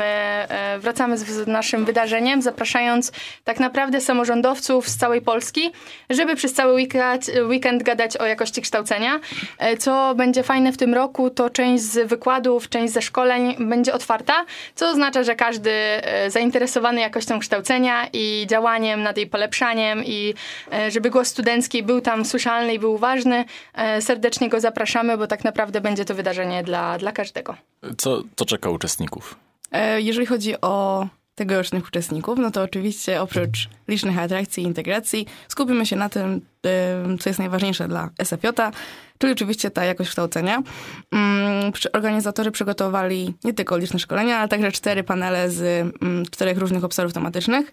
wracamy z naszym wydarzeniem, zapraszając tak naprawdę samorządowców z całej Polski, żeby przez cały weekend gadać o jakości kształcenia. Co będzie fajne w tym roku, to część z wykładów, część ze szkoleń będzie otwarta, co oznacza, że każdy zainteresowany jakością kształcenia i działaniem nad jej polepszaniem i żeby głos studencki był tam słyszalny i był ważny, serdecznie go zapraszamy, bo tak naprawdę będzie to wydarzenie dla każdego. Co czeka uczestników? Jeżeli chodzi o tegorocznych uczestników, no to oczywiście oprócz licznych atrakcji i integracji skupimy się na tym, co jest najważniejsze dla SFJ, czyli oczywiście ta jakość kształcenia. Organizatorzy przygotowali nie tylko liczne szkolenia, ale także 4 panele z 4 różnych obszarów tematycznych.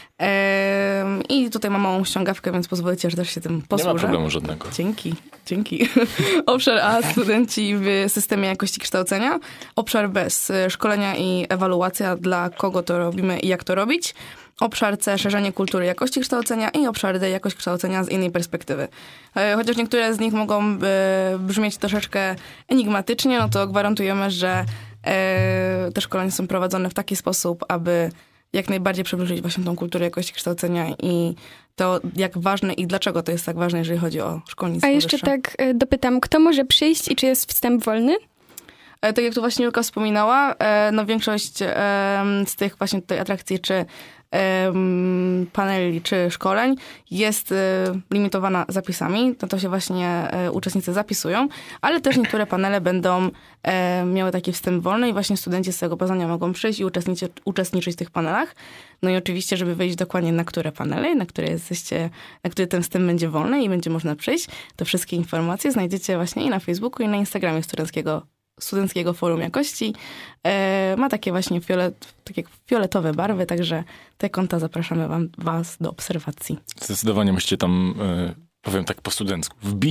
I tutaj mam małą ściągawkę, więc pozwolicie, że też się tym posłużę. Nie ma problemu żadnego. Dzięki. Obszar A, studenci w systemie jakości kształcenia. Obszar B, szkolenia i ewaluacja, dla kogo to robimy i jak to robić. Obszar C, szerzenie kultury jakości kształcenia i obszar D, jakość kształcenia z innej perspektywy. Chociaż niektóre z nich mogą brzmieć troszeczkę enigmatycznie, no to gwarantujemy, że te szkolenia są prowadzone w taki sposób, aby jak najbardziej przybliżyć właśnie tą kulturę jakości kształcenia i to, jak ważne i dlaczego to jest tak ważne, jeżeli chodzi o szkolnictwo A jeszcze wyższe. tak dopytam, kto może przyjść i czy jest wstęp wolny? Tak jak tu właśnie Julka wspominała, no większość z tych właśnie tutaj atrakcji, czy paneli, czy szkoleń jest limitowana zapisami. No to się właśnie uczestnicy zapisują, ale też niektóre panele będą miały taki wstęp wolny i właśnie studenci z całego Poznania mogą przyjść i uczestniczyć w tych panelach. No i oczywiście, żeby wiedzieć dokładnie na które panele, na które ten wstęp będzie wolny i będzie można przyjść, to wszystkie informacje znajdziecie właśnie i na Facebooku, i na Instagramie Studenckiego Forum Jakości. Ma takie właśnie takie fioletowe barwy, także te konta zapraszamy was do obserwacji. Zdecydowanie musicie tam, powiem tak po studencku, wbić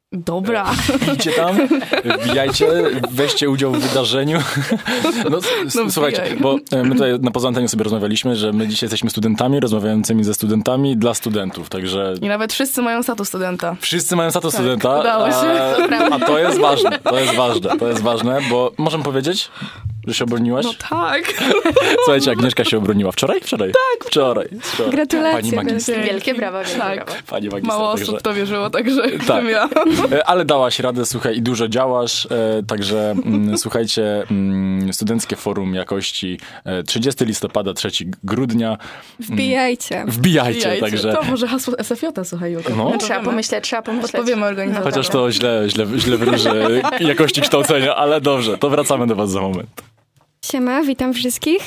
Dobra. Idźcie tam, wbijajcie, weźcie udział w wydarzeniu. Słuchajcie, bo my tutaj na poza anteniu sobie rozmawialiśmy, że my dzisiaj jesteśmy studentami rozmawiającymi ze studentami dla studentów, także... I nawet wszyscy mają status studenta. Wszyscy mają status studenta, udało się. A to jest ważne, to jest ważne, bo możemy powiedzieć, że się obroniłaś? No tak. Słuchajcie, Agnieszka się obroniła wczoraj? Tak. Wczoraj. Gratulacje. Pani magister. Wielkie brawa, wielkie Tak. brawa. Pani magister. Mało także... osób to wierzyło, także Tak. ja. Ale dałaś radę, słuchaj, i dużo działasz, także słuchajcie, Studenckie Forum Jakości 30 listopada, 3 grudnia. Wbijajcie, także... To może hasło SFJ, słuchaj, Julka. No. Trzeba pomyśleć. Podpowiemy organizatorom. Chociaż to źle wyróży jakości kształcenia, ale dobrze, to wracamy do was za moment. Siema, witam wszystkich.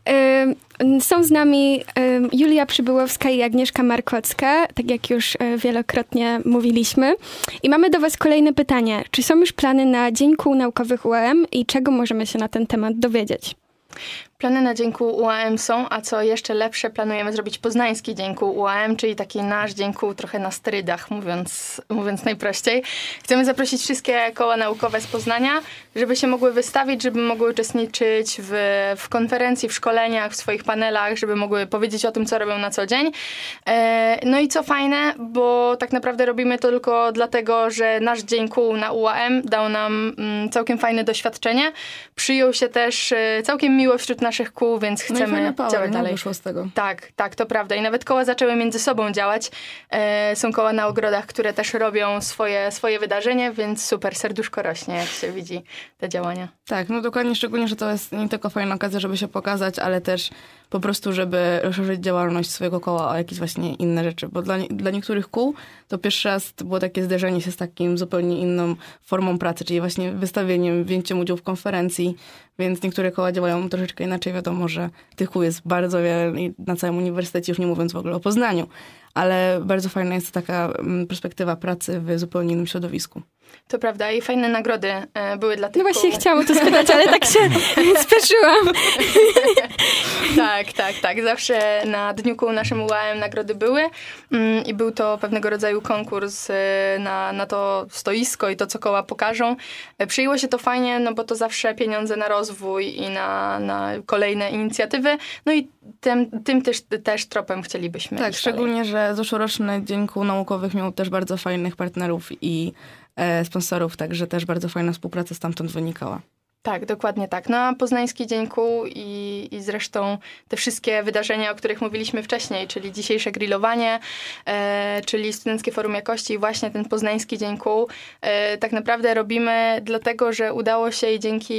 Są z nami Julia Przybyłowska i Agnieszka Markocka, tak jak już wielokrotnie mówiliśmy. I mamy do was kolejne pytanie. Czy są już plany na Dzień Kół Naukowych UAM i czego możemy się na ten temat dowiedzieć? Plany na Dzień Kół UAM są, a co jeszcze lepsze, planujemy zrobić poznański Dzień Kół UAM, czyli taki nasz Dzień Kół trochę na sterydach, mówiąc najprościej. Chcemy zaprosić wszystkie koła naukowe z Poznania, żeby się mogły wystawić, żeby mogły uczestniczyć w konferencji, w szkoleniach, w swoich panelach, żeby mogły powiedzieć o tym, co robią na co dzień. No i co fajne, bo tak naprawdę robimy to tylko dlatego, że nasz Dzień Kół na UAM dał nam całkiem fajne doświadczenie. Przyjął się też całkiem miło wśród naszych kół, więc chcemy działać dalej. Wyszło z tego. Tak, to prawda. I nawet koła zaczęły między sobą działać. Są koła na ogrodach, które też robią swoje wydarzenie, więc super, serduszko rośnie, jak się widzi te działania. Tak, no dokładnie, szczególnie, że to jest nie tylko fajna okazja, żeby się pokazać, ale też po prostu, żeby rozszerzyć działalność swojego koła o jakieś właśnie inne rzeczy. Bo dla niektórych kół to pierwszy raz to było takie zderzenie się z takim zupełnie inną formą pracy, czyli właśnie wystawieniem, wzięciem udziału w konferencji, więc niektóre koła działają troszeczkę inaczej. Wiadomo, że tych kół jest bardzo wiele na całym uniwersytecie, już nie mówiąc w ogóle o Poznaniu. Ale bardzo fajna jest taka perspektywa pracy w zupełnie innym środowisku. To prawda i fajne nagrody były dla tych No właśnie kół. chciałam to spytać, ale tak się spieszyłam. Tak. Zawsze na Dniu Kół naszym UAM nagrody były i był to pewnego rodzaju konkurs na to stoisko i to, co koła pokażą. Przyjęło się to fajnie, no bo to zawsze pieniądze na rozwój i na kolejne inicjatywy. No i tym też tropem chcielibyśmy Tak, iść szczególnie, dalej. że zeszłoroczny Dzień Kół Naukowych miał też bardzo fajnych partnerów i sponsorów, także też bardzo fajna współpraca stamtąd wynikała. Tak, dokładnie tak. No a Poznański Dzień Kół i zresztą te wszystkie wydarzenia, o których mówiliśmy wcześniej, czyli dzisiejsze grillowanie, czyli Studenckie Forum Jakości i właśnie ten Poznański Dzień Kół, tak naprawdę dlatego, że udało się i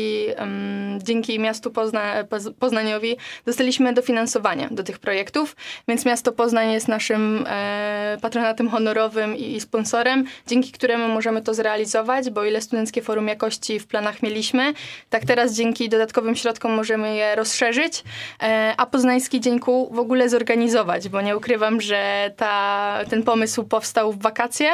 dzięki miastu Poznaniowi dostaliśmy dofinansowanie do tych projektów, więc miasto Poznań jest naszym patronatem honorowym i sponsorem, dzięki któremu możemy to zrealizować, bo ile Studenckie Forum Jakości w planach mieliśmy, tak teraz dzięki dodatkowym środkom możemy je rozszerzyć, a Poznański Dzień Kół w ogóle zorganizować, bo nie ukrywam, że ten pomysł powstał w wakacje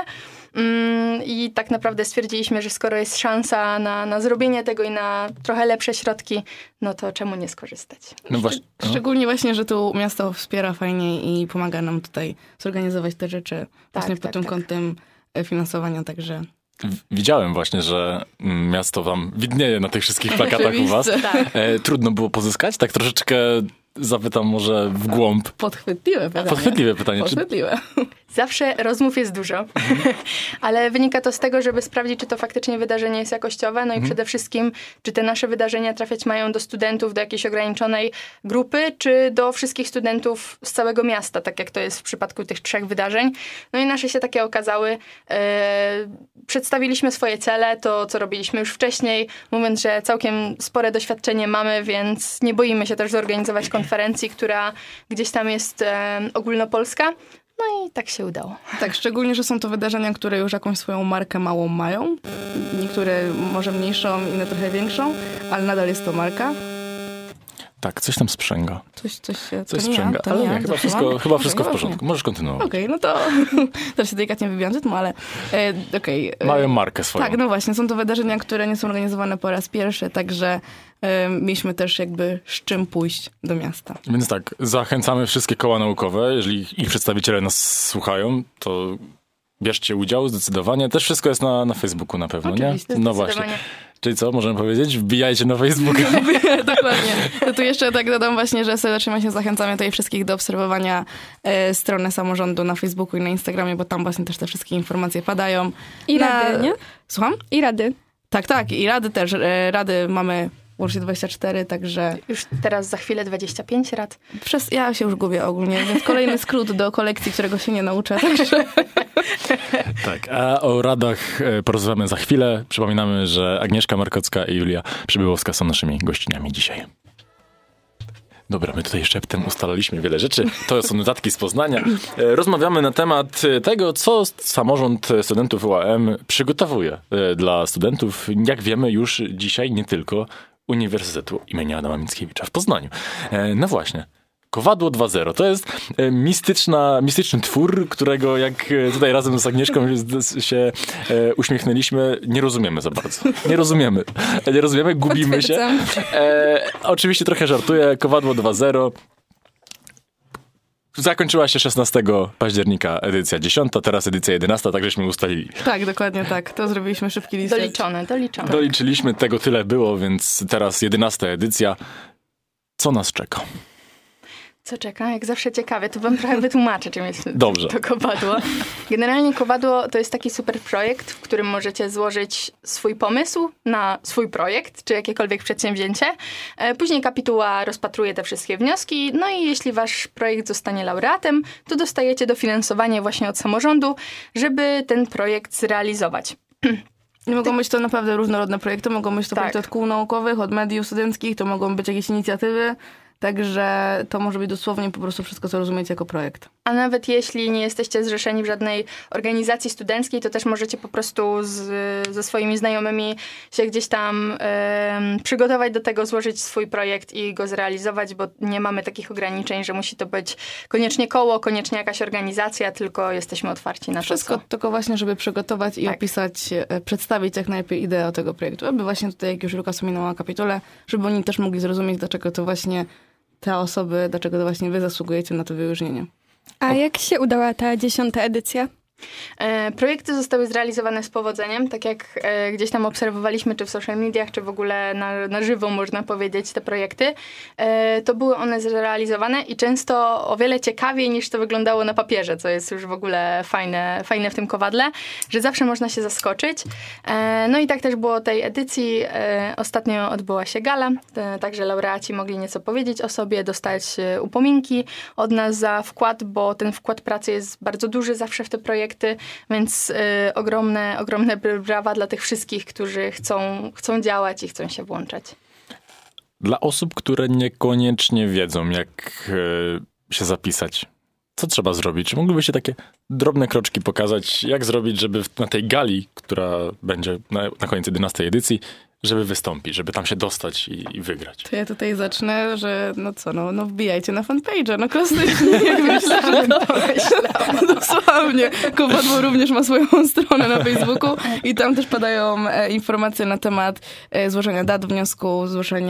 i tak naprawdę stwierdziliśmy, że skoro jest szansa na zrobienie tego i na trochę lepsze środki, no to czemu nie skorzystać? No właśnie. Szczególnie właśnie, że tu miasto wspiera fajnie i pomaga nam tutaj zorganizować te rzeczy właśnie pod tym kątem finansowania, także... Widziałem właśnie, że miasto wam widnieje na tych wszystkich plakatach u was. Tak. Trudno było pozyskać? Tak troszeczkę zapytam może w głąb. Podchwytliwe pytanie. Podchwytliwe pytanie. Podchwytliwe. Zawsze rozmów jest dużo, ale wynika to z tego, żeby sprawdzić, czy to faktycznie wydarzenie jest jakościowe, no i przede wszystkim, czy te nasze wydarzenia trafiać mają do studentów, do jakiejś ograniczonej grupy, czy do wszystkich studentów z całego miasta, tak jak to jest w przypadku tych 3 wydarzeń. No i nasze się takie okazały. Przedstawiliśmy swoje cele, to co robiliśmy już wcześniej, mówiąc, że całkiem spore doświadczenie mamy, więc nie boimy się też zorganizować konferencji, która gdzieś tam jest ogólnopolska. No i tak się udało. Tak, szczególnie, że są to wydarzenia, które już jakąś swoją markę małą mają. Niektóre może mniejszą, inne trochę większą, ale nadal jest to marka. Tak, coś tam sprzęga. Coś sprzęga, ale nie, chyba wszystko w porządku. Możesz kontynuować. Okej, no to teraz się delikatnie wybijam z rytmu, ale okej. Mają markę swoją. Tak, no właśnie, są to wydarzenia, które nie są organizowane po raz pierwszy, także mieliśmy też jakby z czym pójść do miasta. Więc tak, zachęcamy wszystkie koła naukowe, jeżeli ich przedstawiciele nas słuchają, to bierzcie udział zdecydowanie. Też wszystko jest na Facebooku na pewno, Oczywiście, nie? No właśnie. Czyli co, możemy powiedzieć? Wbijajcie na Facebooka. Dokładnie. To tu jeszcze tak dodam właśnie, że serdecznie właśnie zachęcamy tutaj wszystkich do obserwowania strony samorządu na Facebooku i na Instagramie, bo tam właśnie też te wszystkie informacje padają. I rady, nie? Słucham? I rady. Tak. I rady też. Rady mamy łącznie 24, także... Już teraz za chwilę 25 rad. Ja się już gubię ogólnie, więc kolejny skrót do kolekcji, którego się nie nauczę, także... Tak, a o radach porozmawiamy za chwilę. Przypominamy, że Agnieszka Markocka i Julia Przybyłowska są naszymi gościniami dzisiaj. Dobra, my tutaj szeptem ustalaliśmy wiele rzeczy. To są notatki z Poznania. Rozmawiamy na temat tego, co samorząd studentów UAM przygotowuje dla studentów. Jak wiemy już dzisiaj nie tylko Uniwersytetu imienia Adama Mickiewicza w Poznaniu. No właśnie. Kowadło 2.0 to jest mistyczny twór, którego jak tutaj razem z Agnieszką się uśmiechnęliśmy, nie rozumiemy za bardzo. Nie rozumiemy, gubimy się. Oczywiście trochę żartuję. Kowadło 2.0 zakończyła się 16 października edycja 10, teraz edycja 11, tak żeśmy ustalili. Tak, dokładnie tak. To zrobiliśmy szybki list. Doliczone. Doliczyliśmy, tego tyle było, więc teraz 11 edycja. Co nas czeka? Co czeka? Jak zawsze ciekawie, to wam trochę wytłumaczę, czym jest Dobrze. to kowadło. Generalnie kowadło to jest taki super projekt, w którym możecie złożyć swój pomysł na swój projekt, czy jakiekolwiek przedsięwzięcie. Później kapituła rozpatruje te wszystkie wnioski, no i jeśli wasz projekt zostanie laureatem, to dostajecie dofinansowanie właśnie od samorządu, żeby ten projekt zrealizować. Nie mogą być to naprawdę różnorodne projekty, mogą być to projekty od kół naukowych, od mediów studenckich, to mogą być jakieś inicjatywy. Także to może być dosłownie po prostu wszystko, co rozumiecie jako projekt. A nawet jeśli nie jesteście zrzeszeni w żadnej organizacji studenckiej, to też możecie po prostu ze swoimi znajomymi się gdzieś tam przygotować do tego, złożyć swój projekt i go zrealizować, bo nie mamy takich ograniczeń, że musi to być koniecznie koło, koniecznie jakaś organizacja, tylko jesteśmy otwarci na wszystko tylko właśnie, żeby przygotować i opisać, przedstawić jak najlepiej ideę tego projektu. Aby właśnie tutaj, jak już Luka wspominała o kapitule, żeby oni też mogli zrozumieć, dlaczego to właśnie te osoby, dlaczego to właśnie wy zasługujecie na to wyróżnienie. A jak się udała ta 10. edycja? Projekty zostały zrealizowane z powodzeniem, tak jak gdzieś tam obserwowaliśmy, czy w social mediach, czy w ogóle na żywo, można powiedzieć, te projekty. To były one zrealizowane i często o wiele ciekawiej niż to wyglądało na papierze, co jest już w ogóle fajne w tym kowadle, że zawsze można się zaskoczyć. No i tak też było tej edycji. Ostatnio odbyła się gala, także laureaci mogli nieco powiedzieć o sobie, dostać upominki od nas za wkład, bo ten wkład pracy jest bardzo duży zawsze w te projekty, więc ogromne brawa dla tych wszystkich, którzy chcą działać i chcą się włączać. Dla osób, które niekoniecznie wiedzą, jak się zapisać, co trzeba zrobić? Czy moglibyście takie drobne kroczki pokazać, jak zrobić, żeby na tej gali, która będzie na koniec 11 edycji, żeby wystąpić, żeby tam się dostać i wygrać? To ja tutaj zacznę, że wbijajcie na fanpage'a, no klasycznie, jak myślę, że to dosłownie. Kowadło również ma swoją stronę na Facebooku i tam też padają informacje na temat złożenia dat wniosku,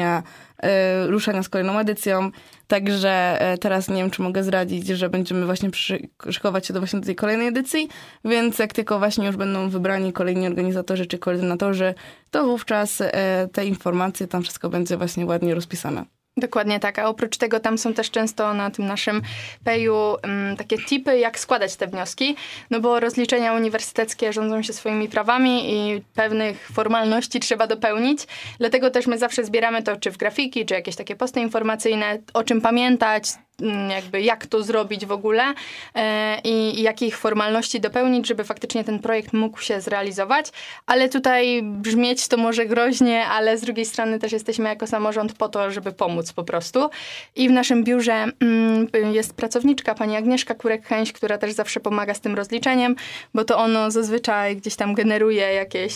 ruszenia z kolejną edycją. Także teraz nie wiem, czy mogę zdradzić, że będziemy właśnie szykować się do tej kolejnej edycji, więc jak tylko właśnie już będą wybrani kolejni organizatorzy czy koordynatorzy, to wówczas te informacje, tam wszystko będzie właśnie ładnie rozpisane. Dokładnie tak, a oprócz tego tam są też często na tym naszym peju takie tipy, jak składać te wnioski, no bo rozliczenia uniwersyteckie rządzą się swoimi prawami i pewnych formalności trzeba dopełnić, dlatego też my zawsze zbieramy to, czy w grafiki, czy jakieś takie posty informacyjne, o czym pamiętać, jakby jak to zrobić w ogóle i jakich formalności dopełnić, żeby faktycznie ten projekt mógł się zrealizować, ale tutaj brzmieć to może groźnie, ale z drugiej strony też jesteśmy jako samorząd po to, żeby pomóc po prostu. I w naszym biurze jest pracowniczka, pani Agnieszka Kurek-Chęś, która też zawsze pomaga z tym rozliczeniem, bo to ono zazwyczaj gdzieś tam generuje jakieś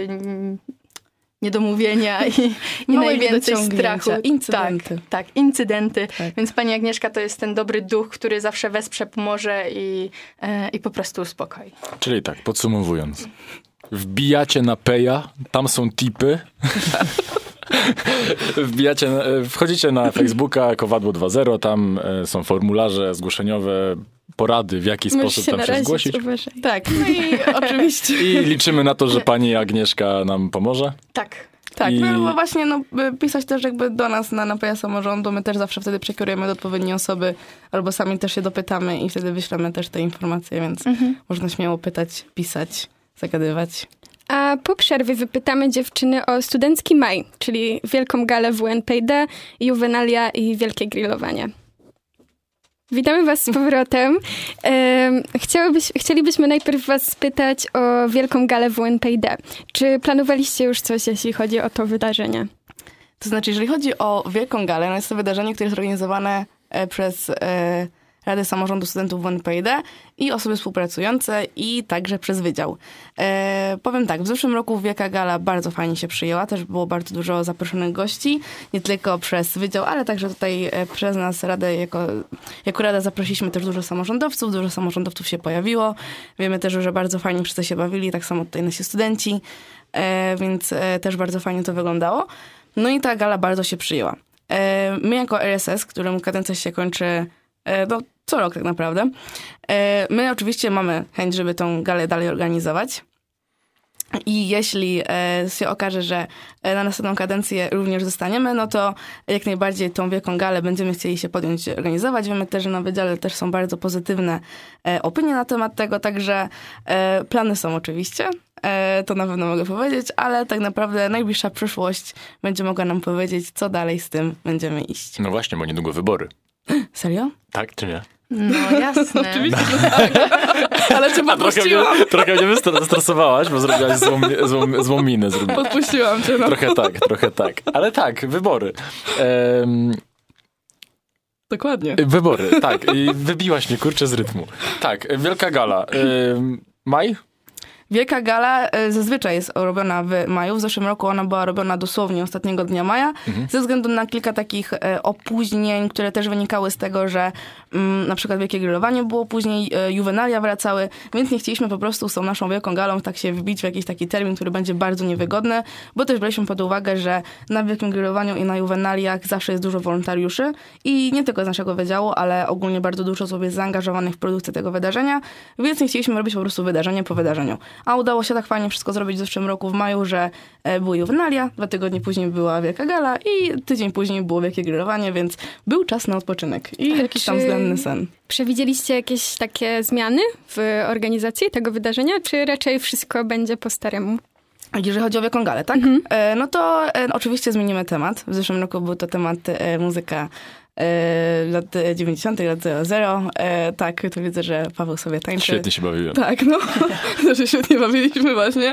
niedomówienia i najwięcej strachu. Incydenty. Tak, incydenty. Tak. Więc pani Agnieszka to jest ten dobry duch, który zawsze wesprze, pomoże i po prostu uspokoi. Czyli tak, podsumowując. Wbijacie na Peja, tam są tipy. Wchodzicie na Facebooka Kowadło 2.0, tam są formularze zgłoszeniowe. porady, w jaki Możesz sposób się tam się narazić, zgłosić. uważaj. Tak, no i oczywiście. I liczymy na to, że pani Agnieszka nam pomoże. Tak. Tak, I- no bo właśnie pisać też jakby do nas na PA Samorządu. My też zawsze wtedy przekierujemy do odpowiedniej osoby albo sami też się dopytamy i wtedy wyślemy też te informacje, więc można śmiało pytać, pisać, zagadywać. A po przerwie wypytamy dziewczyny o Studencki Maj, czyli Wielką Galę WNPD, Juwenalia i Wielkie Grillowanie. Witamy was z powrotem. Chcielibyśmy najpierw was spytać o Wielką Galę WNPD. Czy planowaliście już coś, jeśli chodzi o to wydarzenie? To znaczy, jeżeli chodzi o Wielką Galę, no jest to wydarzenie, które jest organizowane przez Radę Samorządu Studentów WNPD i osoby współpracujące i także przez Wydział. Powiem tak, w zeszłym roku Wielka Gala bardzo fajnie się przyjęła, też było bardzo dużo zaproszonych gości, nie tylko przez Wydział, ale także tutaj przez nas Radę, jako Rada zaprosiliśmy też dużo samorządowców się pojawiło. Wiemy też, że bardzo fajnie wszyscy się bawili, tak samo tutaj nasi studenci, więc też bardzo fajnie to wyglądało. No i ta gala bardzo się przyjęła. My jako RSS, któremu kadencja się kończy co rok tak naprawdę, my oczywiście mamy chęć, żeby tą galę dalej organizować. I jeśli się okaże, że na następną kadencję również zostaniemy, no to jak najbardziej tą wielką galę będziemy chcieli się podjąć organizować. Wiemy też, że na Wydziale też są bardzo pozytywne opinie na temat tego, także plany są oczywiście. To na pewno mogę powiedzieć, ale tak naprawdę najbliższa przyszłość będzie mogła nam powiedzieć, co dalej z tym będziemy iść. No właśnie, bo niedługo wybory. Serio? Tak czy nie? No jasne. Oczywiście, że tak. Ale cię podpuściłam. Trochę mnie stresowałaś, bo zrobiłaś złą minę. Podpuściłam cię, no. Trochę tak. Ale tak, wybory. Dokładnie. Wybory, tak. I wybiłaś mnie, kurczę, z rytmu. Tak, Wielka Gala. Maj? Wielka Gala zazwyczaj jest robiona w maju. W zeszłym roku ona była robiona dosłownie ostatniego dnia maja, ze względu na kilka takich opóźnień, które też wynikały z tego, że na przykład Wielkie Grillowanie było później, Juwenalia wracały, więc nie chcieliśmy po prostu z tą naszą Wielką Galą tak się wbić w jakiś taki termin, który będzie bardzo niewygodny, bo też braliśmy pod uwagę, że na Wielkim Grillowaniu i na Juwenaliach zawsze jest dużo wolontariuszy i nie tylko z naszego wydziału, ale ogólnie bardzo dużo osób jest zaangażowanych w produkcję tego wydarzenia, więc nie chcieliśmy robić po prostu wydarzenie po wydarzeniu. A udało się tak fajnie wszystko zrobić w zeszłym roku w maju, że była Juwenalia, 2 tygodnie później była Wielka Gala i tydzień później było Wielkie Grillowanie, więc był czas na odpoczynek i jakiś tam względny sen. Przewidzieliście jakieś takie zmiany w organizacji tego wydarzenia, czy raczej wszystko będzie po staremu? Jeżeli chodzi o Wielką Galę, tak? No to oczywiście zmienimy temat. W zeszłym roku był to temat muzyka lat 90., lat 00. Tak, tu widzę, że Paweł sobie tańczy. Świetnie się bawiłem. Tak, no. Też się świetnie bawiliśmy właśnie.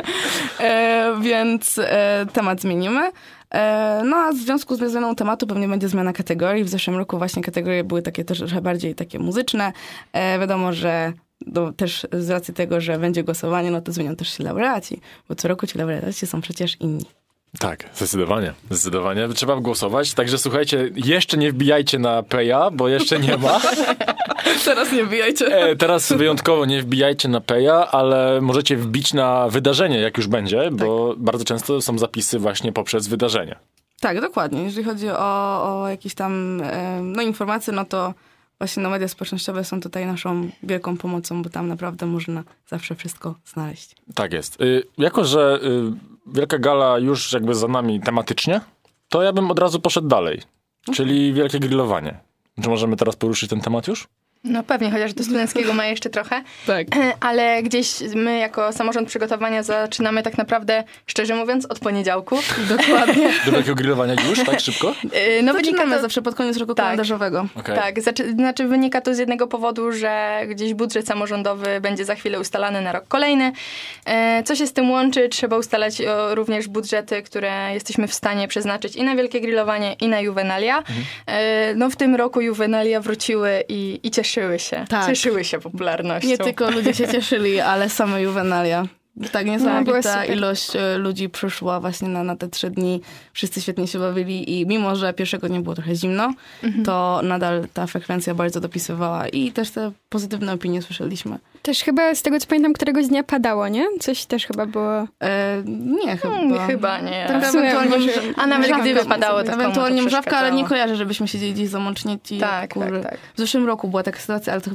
Więc temat zmienimy. No a w związku z zmianą tematu pewnie będzie zmiana kategorii. W zeszłym roku właśnie kategorie były takie też trochę bardziej takie muzyczne. Wiadomo, że też z racji tego, że będzie głosowanie, no to zmienią też się laureaci, bo co roku ci laureaci są przecież inni. Tak, zdecydowanie. Trzeba głosować, także słuchajcie, jeszcze nie wbijajcie na PEA, bo jeszcze nie ma. Teraz nie wbijajcie. Teraz wyjątkowo nie wbijajcie na PEA, ale możecie wbić na wydarzenie, jak już będzie, bo bardzo często są zapisy właśnie poprzez wydarzenie. Tak, dokładnie. Jeżeli chodzi o jakieś tam informacje, no to właśnie media społecznościowe są tutaj naszą wielką pomocą, bo tam naprawdę można zawsze wszystko znaleźć. Tak jest. Jako że Wielka Gala już jakby za nami tematycznie, to ja bym od razu poszedł dalej, czyli Wielkie Grillowanie. Czy możemy teraz poruszyć ten temat już? No pewnie, chociaż do studenckiego ma jeszcze trochę. Tak. Ale gdzieś my jako samorząd przygotowania zaczynamy tak naprawdę, szczerze mówiąc, od poniedziałku. Dokładnie. Do Wielkiego Grillowania już, tak szybko? No Zaczynamy zawsze pod koniec roku kalendarzowego. Okay. Tak, znaczy wynika to z jednego powodu, że gdzieś budżet samorządowy będzie za chwilę ustalany na rok kolejny. Co się z tym łączy? Trzeba ustalać również budżety, które jesteśmy w stanie przeznaczyć i na Wielkie Grillowanie, i na Juwenalia. No w tym roku Juwenalia wróciły i cieszyły się. Tak. Cieszyły się popularnością. Nie tylko ludzie się cieszyli, ale same Juwenalia. Tak, niesamowita ilość ludzi przyszła właśnie na te 3 dni. Wszyscy świetnie się bawili i mimo, że pierwszego dnia było trochę zimno, to nadal ta frekwencja bardzo dopisywała i też te pozytywne opinie słyszeliśmy. Też chyba, z tego co pamiętam, któregoś dnia padało, nie? Coś też chyba było... Nie, chyba. Chyba nie. Tak, ewentualnie a nawet gdyby padało, to ewentualnie to mrzawka, ale nie kojarzę, żebyśmy siedzieli gdzieś zamącznięci. Tak. W zeszłym roku była taka sytuacja, ale to chyba na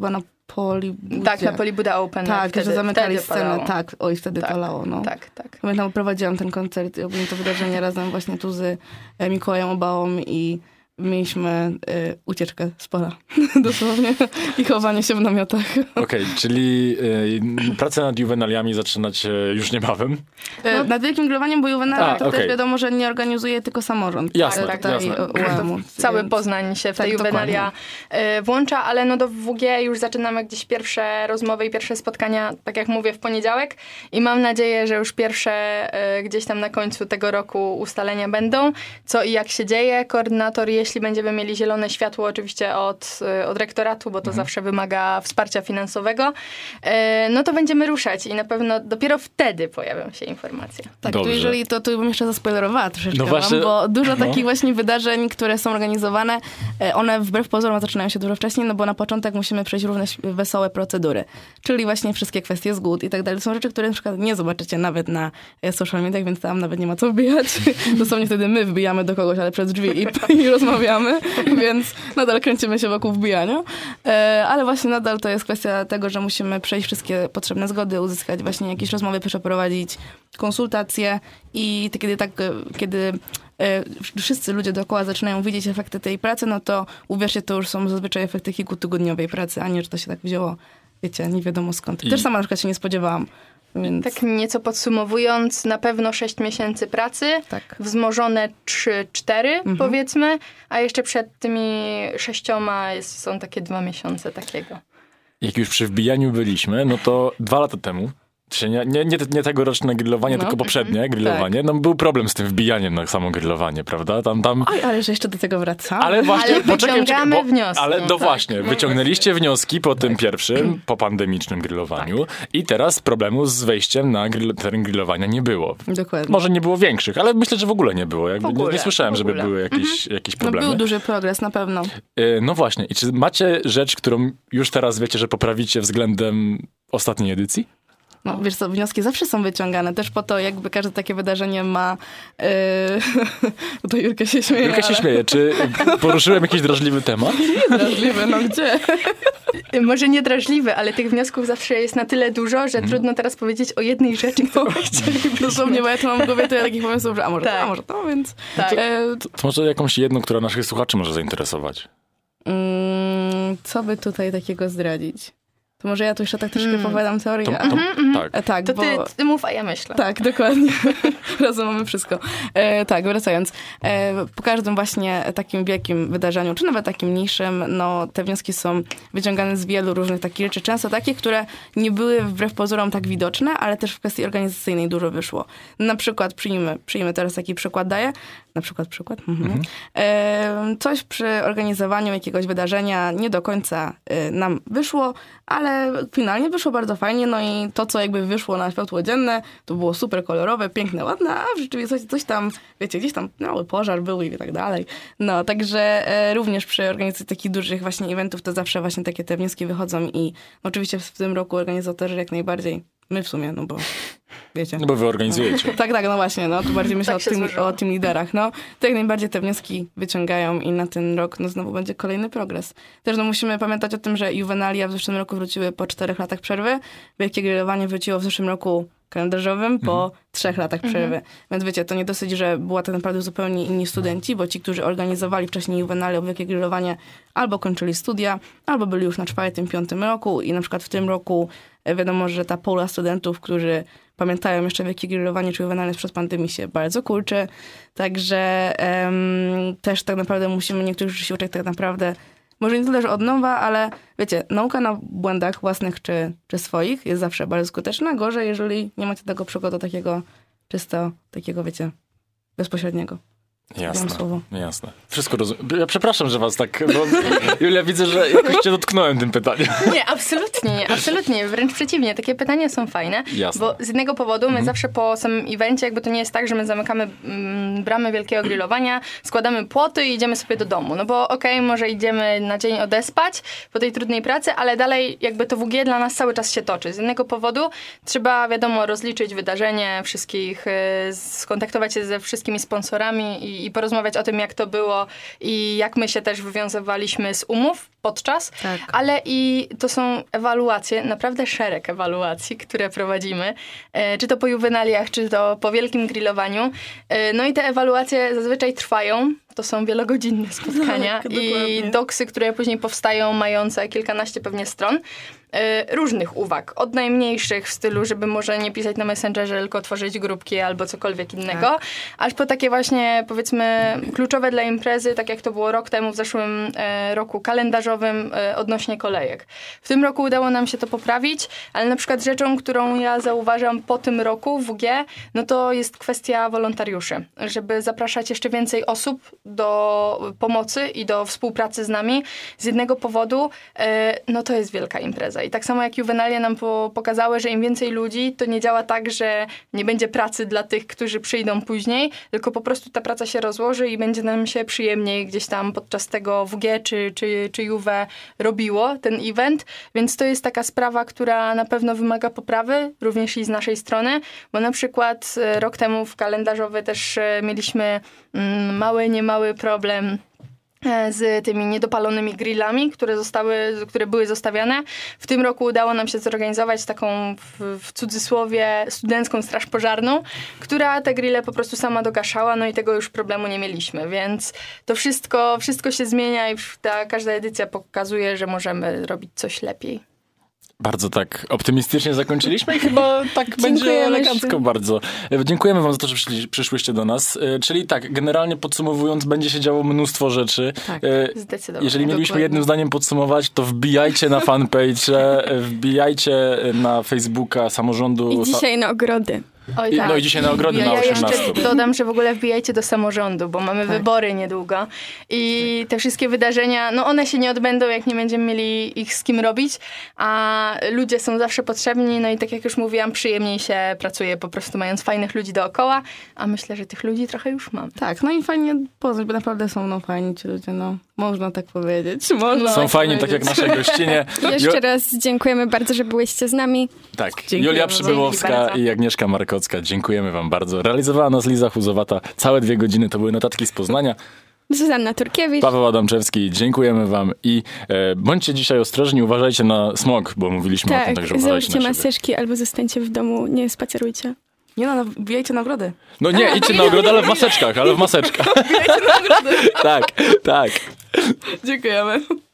Polibudzie. Tak, na Polibuda Open. Tak, że zamykali scenę. palało. Tak, oj, wtedy palało. No. Tak. Pamiętam, prowadziłam ten koncert i ogólnie to wydarzenie razem właśnie tu z Mikołajem Obałą i mieliśmy ucieczkę z pola, dosłownie, i chowanie się w namiotach. Okej, czyli pracę nad juwenaliami zaczynacie już niebawem? Nad Wielkim Grillowaniem, bo juwenalia to też okej. wiadomo, że nie organizuje tylko samorząd. Jasne, tutaj jasne. UEM-u, Cały więc- Poznań się w Tak, tej juwenalia włącza, ale no do WG już zaczynamy gdzieś pierwsze rozmowy i pierwsze spotkania, tak jak mówię, w poniedziałek i mam nadzieję, że już pierwsze gdzieś tam na końcu tego roku ustalenia będą, co i jak się dzieje. Koordynator, jeśli będziemy mieli zielone światło oczywiście od rektoratu, bo to zawsze wymaga wsparcia finansowego, no to będziemy ruszać i na pewno dopiero wtedy pojawią się informacje. Tak, Dobrze. to jeżeli to bym jeszcze zaspoilerowała troszeczkę No właśnie, wam, bo dużo no. takich właśnie wydarzeń, które są organizowane, one wbrew pozorom zaczynają się dużo wcześniej, no bo na początek musimy przejść równe wesołe procedury, czyli właśnie wszystkie kwestie zgód i tak dalej. Są rzeczy, które na przykład nie zobaczycie nawet na social mediach, więc tam nawet nie ma co wbijać. Dosłownie wtedy my wbijamy do kogoś, ale przez drzwi i rozmawiamy, więc nadal kręcimy się wokół wbijania. Ale właśnie nadal to jest kwestia tego, że musimy przejść wszystkie potrzebne zgody, uzyskać właśnie jakieś rozmowy, przeprowadzić konsultacje i kiedy wszyscy ludzie dookoła zaczynają widzieć efekty tej pracy, no to uwierzcie, to już są zazwyczaj efekty kilkutygodniowej pracy, a nie, że to się tak wzięło, wiecie, nie wiadomo skąd. Też sama na przykład się nie spodziewałam. Więc... Tak nieco podsumowując, na pewno 6 miesięcy pracy, Tak. wzmożone 3-4 powiedzmy, a jeszcze przed tymi 6 są takie 2 miesiące takiego. Jak już przy wbijaniu byliśmy, no to 2 lata temu, czyli nie tegoroczne grillowanie, tylko poprzednie grillowanie, no był problem z tym wbijaniem na samo grillowanie, prawda? Tam... Oj, ale że jeszcze do tego wracamy. Ale właśnie, Ale wyciągamy wnioski. Ale Tak. właśnie, wyciągnęliście wnioski po tym pierwszym, po pandemicznym grillowaniu i teraz problemu z wejściem na teren grillowania nie było. Dokładnie. Może nie było większych, ale myślę, że w ogóle nie było. Jakby nie słyszałem, w żeby ogóle. były jakieś No problemy. był duży progres, na pewno. No właśnie. I czy macie rzecz, którą już teraz wiecie, że poprawicie względem ostatniej edycji? No, wiesz co, wnioski zawsze są wyciągane, też po to, jakby każde takie wydarzenie ma... To Jurka się śmieje. Jurka się śmieje. Czy poruszyłem jakiś drażliwy temat? Drażliwe, no gdzie? Może nie drażliwy, ale tych wniosków zawsze jest na tyle dużo, że trudno teraz powiedzieć o jednej rzeczy, którą chcielibyśmy. Dosłownie, bo ja to mam w głowie tyle takich pomysłów, że a może to, Tak. a może to, więc... Tak. To może jakąś jedną, która naszych słuchaczy może zainteresować. Co by tutaj takiego zdradzić? To może ja tu jeszcze tak troszkę opowiadam teorię. Tak. Tak, To bo... ty mów, a ja myślę. Tak, dokładnie. Razem mamy wszystko. Tak, wracając. Po każdym właśnie takim wielkim wydarzeniu, czy nawet takim mniejszym, no te wnioski są wyciągane z wielu różnych takich rzeczy. Często takich, które nie były wbrew pozorom tak widoczne, ale też w kwestii organizacyjnej dużo wyszło. Na przykład, przyjmę teraz taki przykład, daję. Na przykład. Coś przy organizowaniu jakiegoś wydarzenia nie do końca nam wyszło, ale finalnie wyszło bardzo fajnie, no i to, co jakby wyszło na światło dzienne, to było super kolorowe, piękne, ładne, a w rzeczywistości coś tam, wiecie, gdzieś tam mały pożar był i tak dalej. No, także również przy organizacji takich dużych właśnie eventów to zawsze właśnie takie te wnioski wychodzą i oczywiście w tym roku organizatorzy jak najbardziej, my w sumie, no bo wiecie. No bo wy organizujecie. Tak, no właśnie, no tu bardziej myślę Tak się złożyło. o team liderach, no. To jak najbardziej te wnioski wyciągają i na ten rok, no znowu będzie kolejny progres. Też no musimy pamiętać o tym, że juwenalia w zeszłym roku wróciły po 4 latach przerwy, Wielkie Grillowanie wróciło w zeszłym roku kalendarzowym po 3 latach przerwy. Więc wiecie, to nie dosyć, że była tak naprawdę zupełnie inni studenci, bo ci, którzy organizowali wcześniej juwenalia, Wielkie Grillowanie, albo kończyli studia, albo byli już na 4., 5. roku i na przykład w tym roku wiadomo, że ta pola studentów, którzy pamiętają jeszcze Wielkie Grillowanie czy juwenalia sprzed pandemii się bardzo kurczy. Także też tak naprawdę musimy niektórych rzeczy się uczyć tak naprawdę może nie tyle, że od nowa, ale wiecie, nauka na błędach własnych czy swoich jest zawsze bardzo skuteczna. Gorzej, jeżeli nie macie tego przykładu takiego czysto, takiego wiecie, bezpośredniego. Jasne. Wszystko rozumiem. Ja przepraszam, że was tak... Bo Julia, widzę, że jakoś cię dotknąłem tym pytaniem. Nie, absolutnie. Wręcz przeciwnie. Takie pytania są fajne. Jasne. Bo z jednego powodu my zawsze po samym evencie, jakby to nie jest tak, że my zamykamy bramy Wielkiego Grillowania, składamy płoty i idziemy sobie do domu. No bo okej, może idziemy na dzień odespać po tej trudnej pracy, ale dalej jakby to WG dla nas cały czas się toczy. Z jednego powodu trzeba, wiadomo, rozliczyć wydarzenie, wszystkich, skontaktować się ze wszystkimi sponsorami i porozmawiać o tym, jak to było i jak my się też wywiązywaliśmy z umów podczas, Tak. ale i to są ewaluacje, naprawdę szereg ewaluacji, które prowadzimy, czy to po juwenaliach, czy to po wielkim grillowaniu. No i te ewaluacje zazwyczaj trwają. To są wielogodzinne spotkania Tak, i dokładnie. doksy, które później powstają, mające kilkanaście pewnie stron. Różnych uwag. Od najmniejszych w stylu, żeby może nie pisać na Messengerze, tylko tworzyć grupki albo cokolwiek innego, Tak. aż po takie właśnie, powiedzmy, kluczowe dla imprezy, tak jak to było rok temu, w zeszłym roku kalendarzowym odnośnie kolejek. W tym roku udało nam się to poprawić, ale na przykład rzeczą, którą ja zauważam po tym roku w WG, no to jest kwestia wolontariuszy. Żeby zapraszać jeszcze więcej osób do pomocy i do współpracy z nami. Z jednego powodu, no to jest wielka impreza. I tak samo jak juwenalia nam pokazały, że im więcej ludzi, to nie działa tak, że nie będzie pracy dla tych, którzy przyjdą później, tylko po prostu ta praca się rozłoży i będzie nam się przyjemniej gdzieś tam podczas tego WG czy Juve robiło ten event. Więc to jest taka sprawa, która na pewno wymaga poprawy, również i z naszej strony, bo na przykład rok temu w kalendarzowy też mieliśmy niemały problem z tymi niedopalonymi grillami, które były zostawiane. W tym roku udało nam się zorganizować taką w cudzysłowie studencką straż pożarną, która te grille po prostu sama dogaszała, no i tego już problemu nie mieliśmy, więc to wszystko się zmienia i każda edycja pokazuje, że możemy robić coś lepiej. Bardzo tak optymistycznie zakończyliśmy i chyba tak będzie Dziękujemy elegancko jeszcze. bardzo. Dziękujemy wam za to, że przyszłyście do nas. Czyli tak, generalnie podsumowując, będzie się działo mnóstwo rzeczy. Tak, Zdecydowanie. Jeżeli mielibyśmy dokładnie. jednym zdaniem podsumować, to wbijajcie na fanpage, wbijajcie na Facebooka samorządu. I dzisiaj na ogrody. Oj, tak. No i dzisiaj na ogrody na Ja 18. jeszcze dodam, że w ogóle wbijajcie do samorządu, bo mamy wybory niedługo i te wszystkie wydarzenia, no one się nie odbędą, jak nie będziemy mieli ich z kim robić, a ludzie są zawsze potrzebni, no i tak jak już mówiłam, przyjemniej się pracuje po prostu mając fajnych ludzi dookoła, a myślę, że tych ludzi trochę już mam. Tak, no i fajnie poznać, bo naprawdę są fajni ci ludzie, no. Można tak powiedzieć. Można Są tak fajni, tak jak powiedzieć. nasze gościnie. Jeszcze raz dziękujemy bardzo, że byłyście z nami. Tak, Dziękujemy Julia bardzo. Przybyłowska Dzięki bardzo. i Agnieszka Markocka. Dziękujemy wam bardzo. Realizowała nas Liza Huzowata. Całe 2 godziny to były notatki z Poznania. Zuzanna Turkiewicz. Paweł Adamczewski, dziękujemy wam i bądźcie dzisiaj ostrożni, uważajcie na smog, bo mówiliśmy o tym, Tak, także uważajcie założcie na siebie. maseczki albo zostańcie w domu, nie spacerujcie. Nie no, wbijajcie nagrody. No nie, idźcie na ogrodę, ale w maseczkach, tak, tak. Dziękujemy.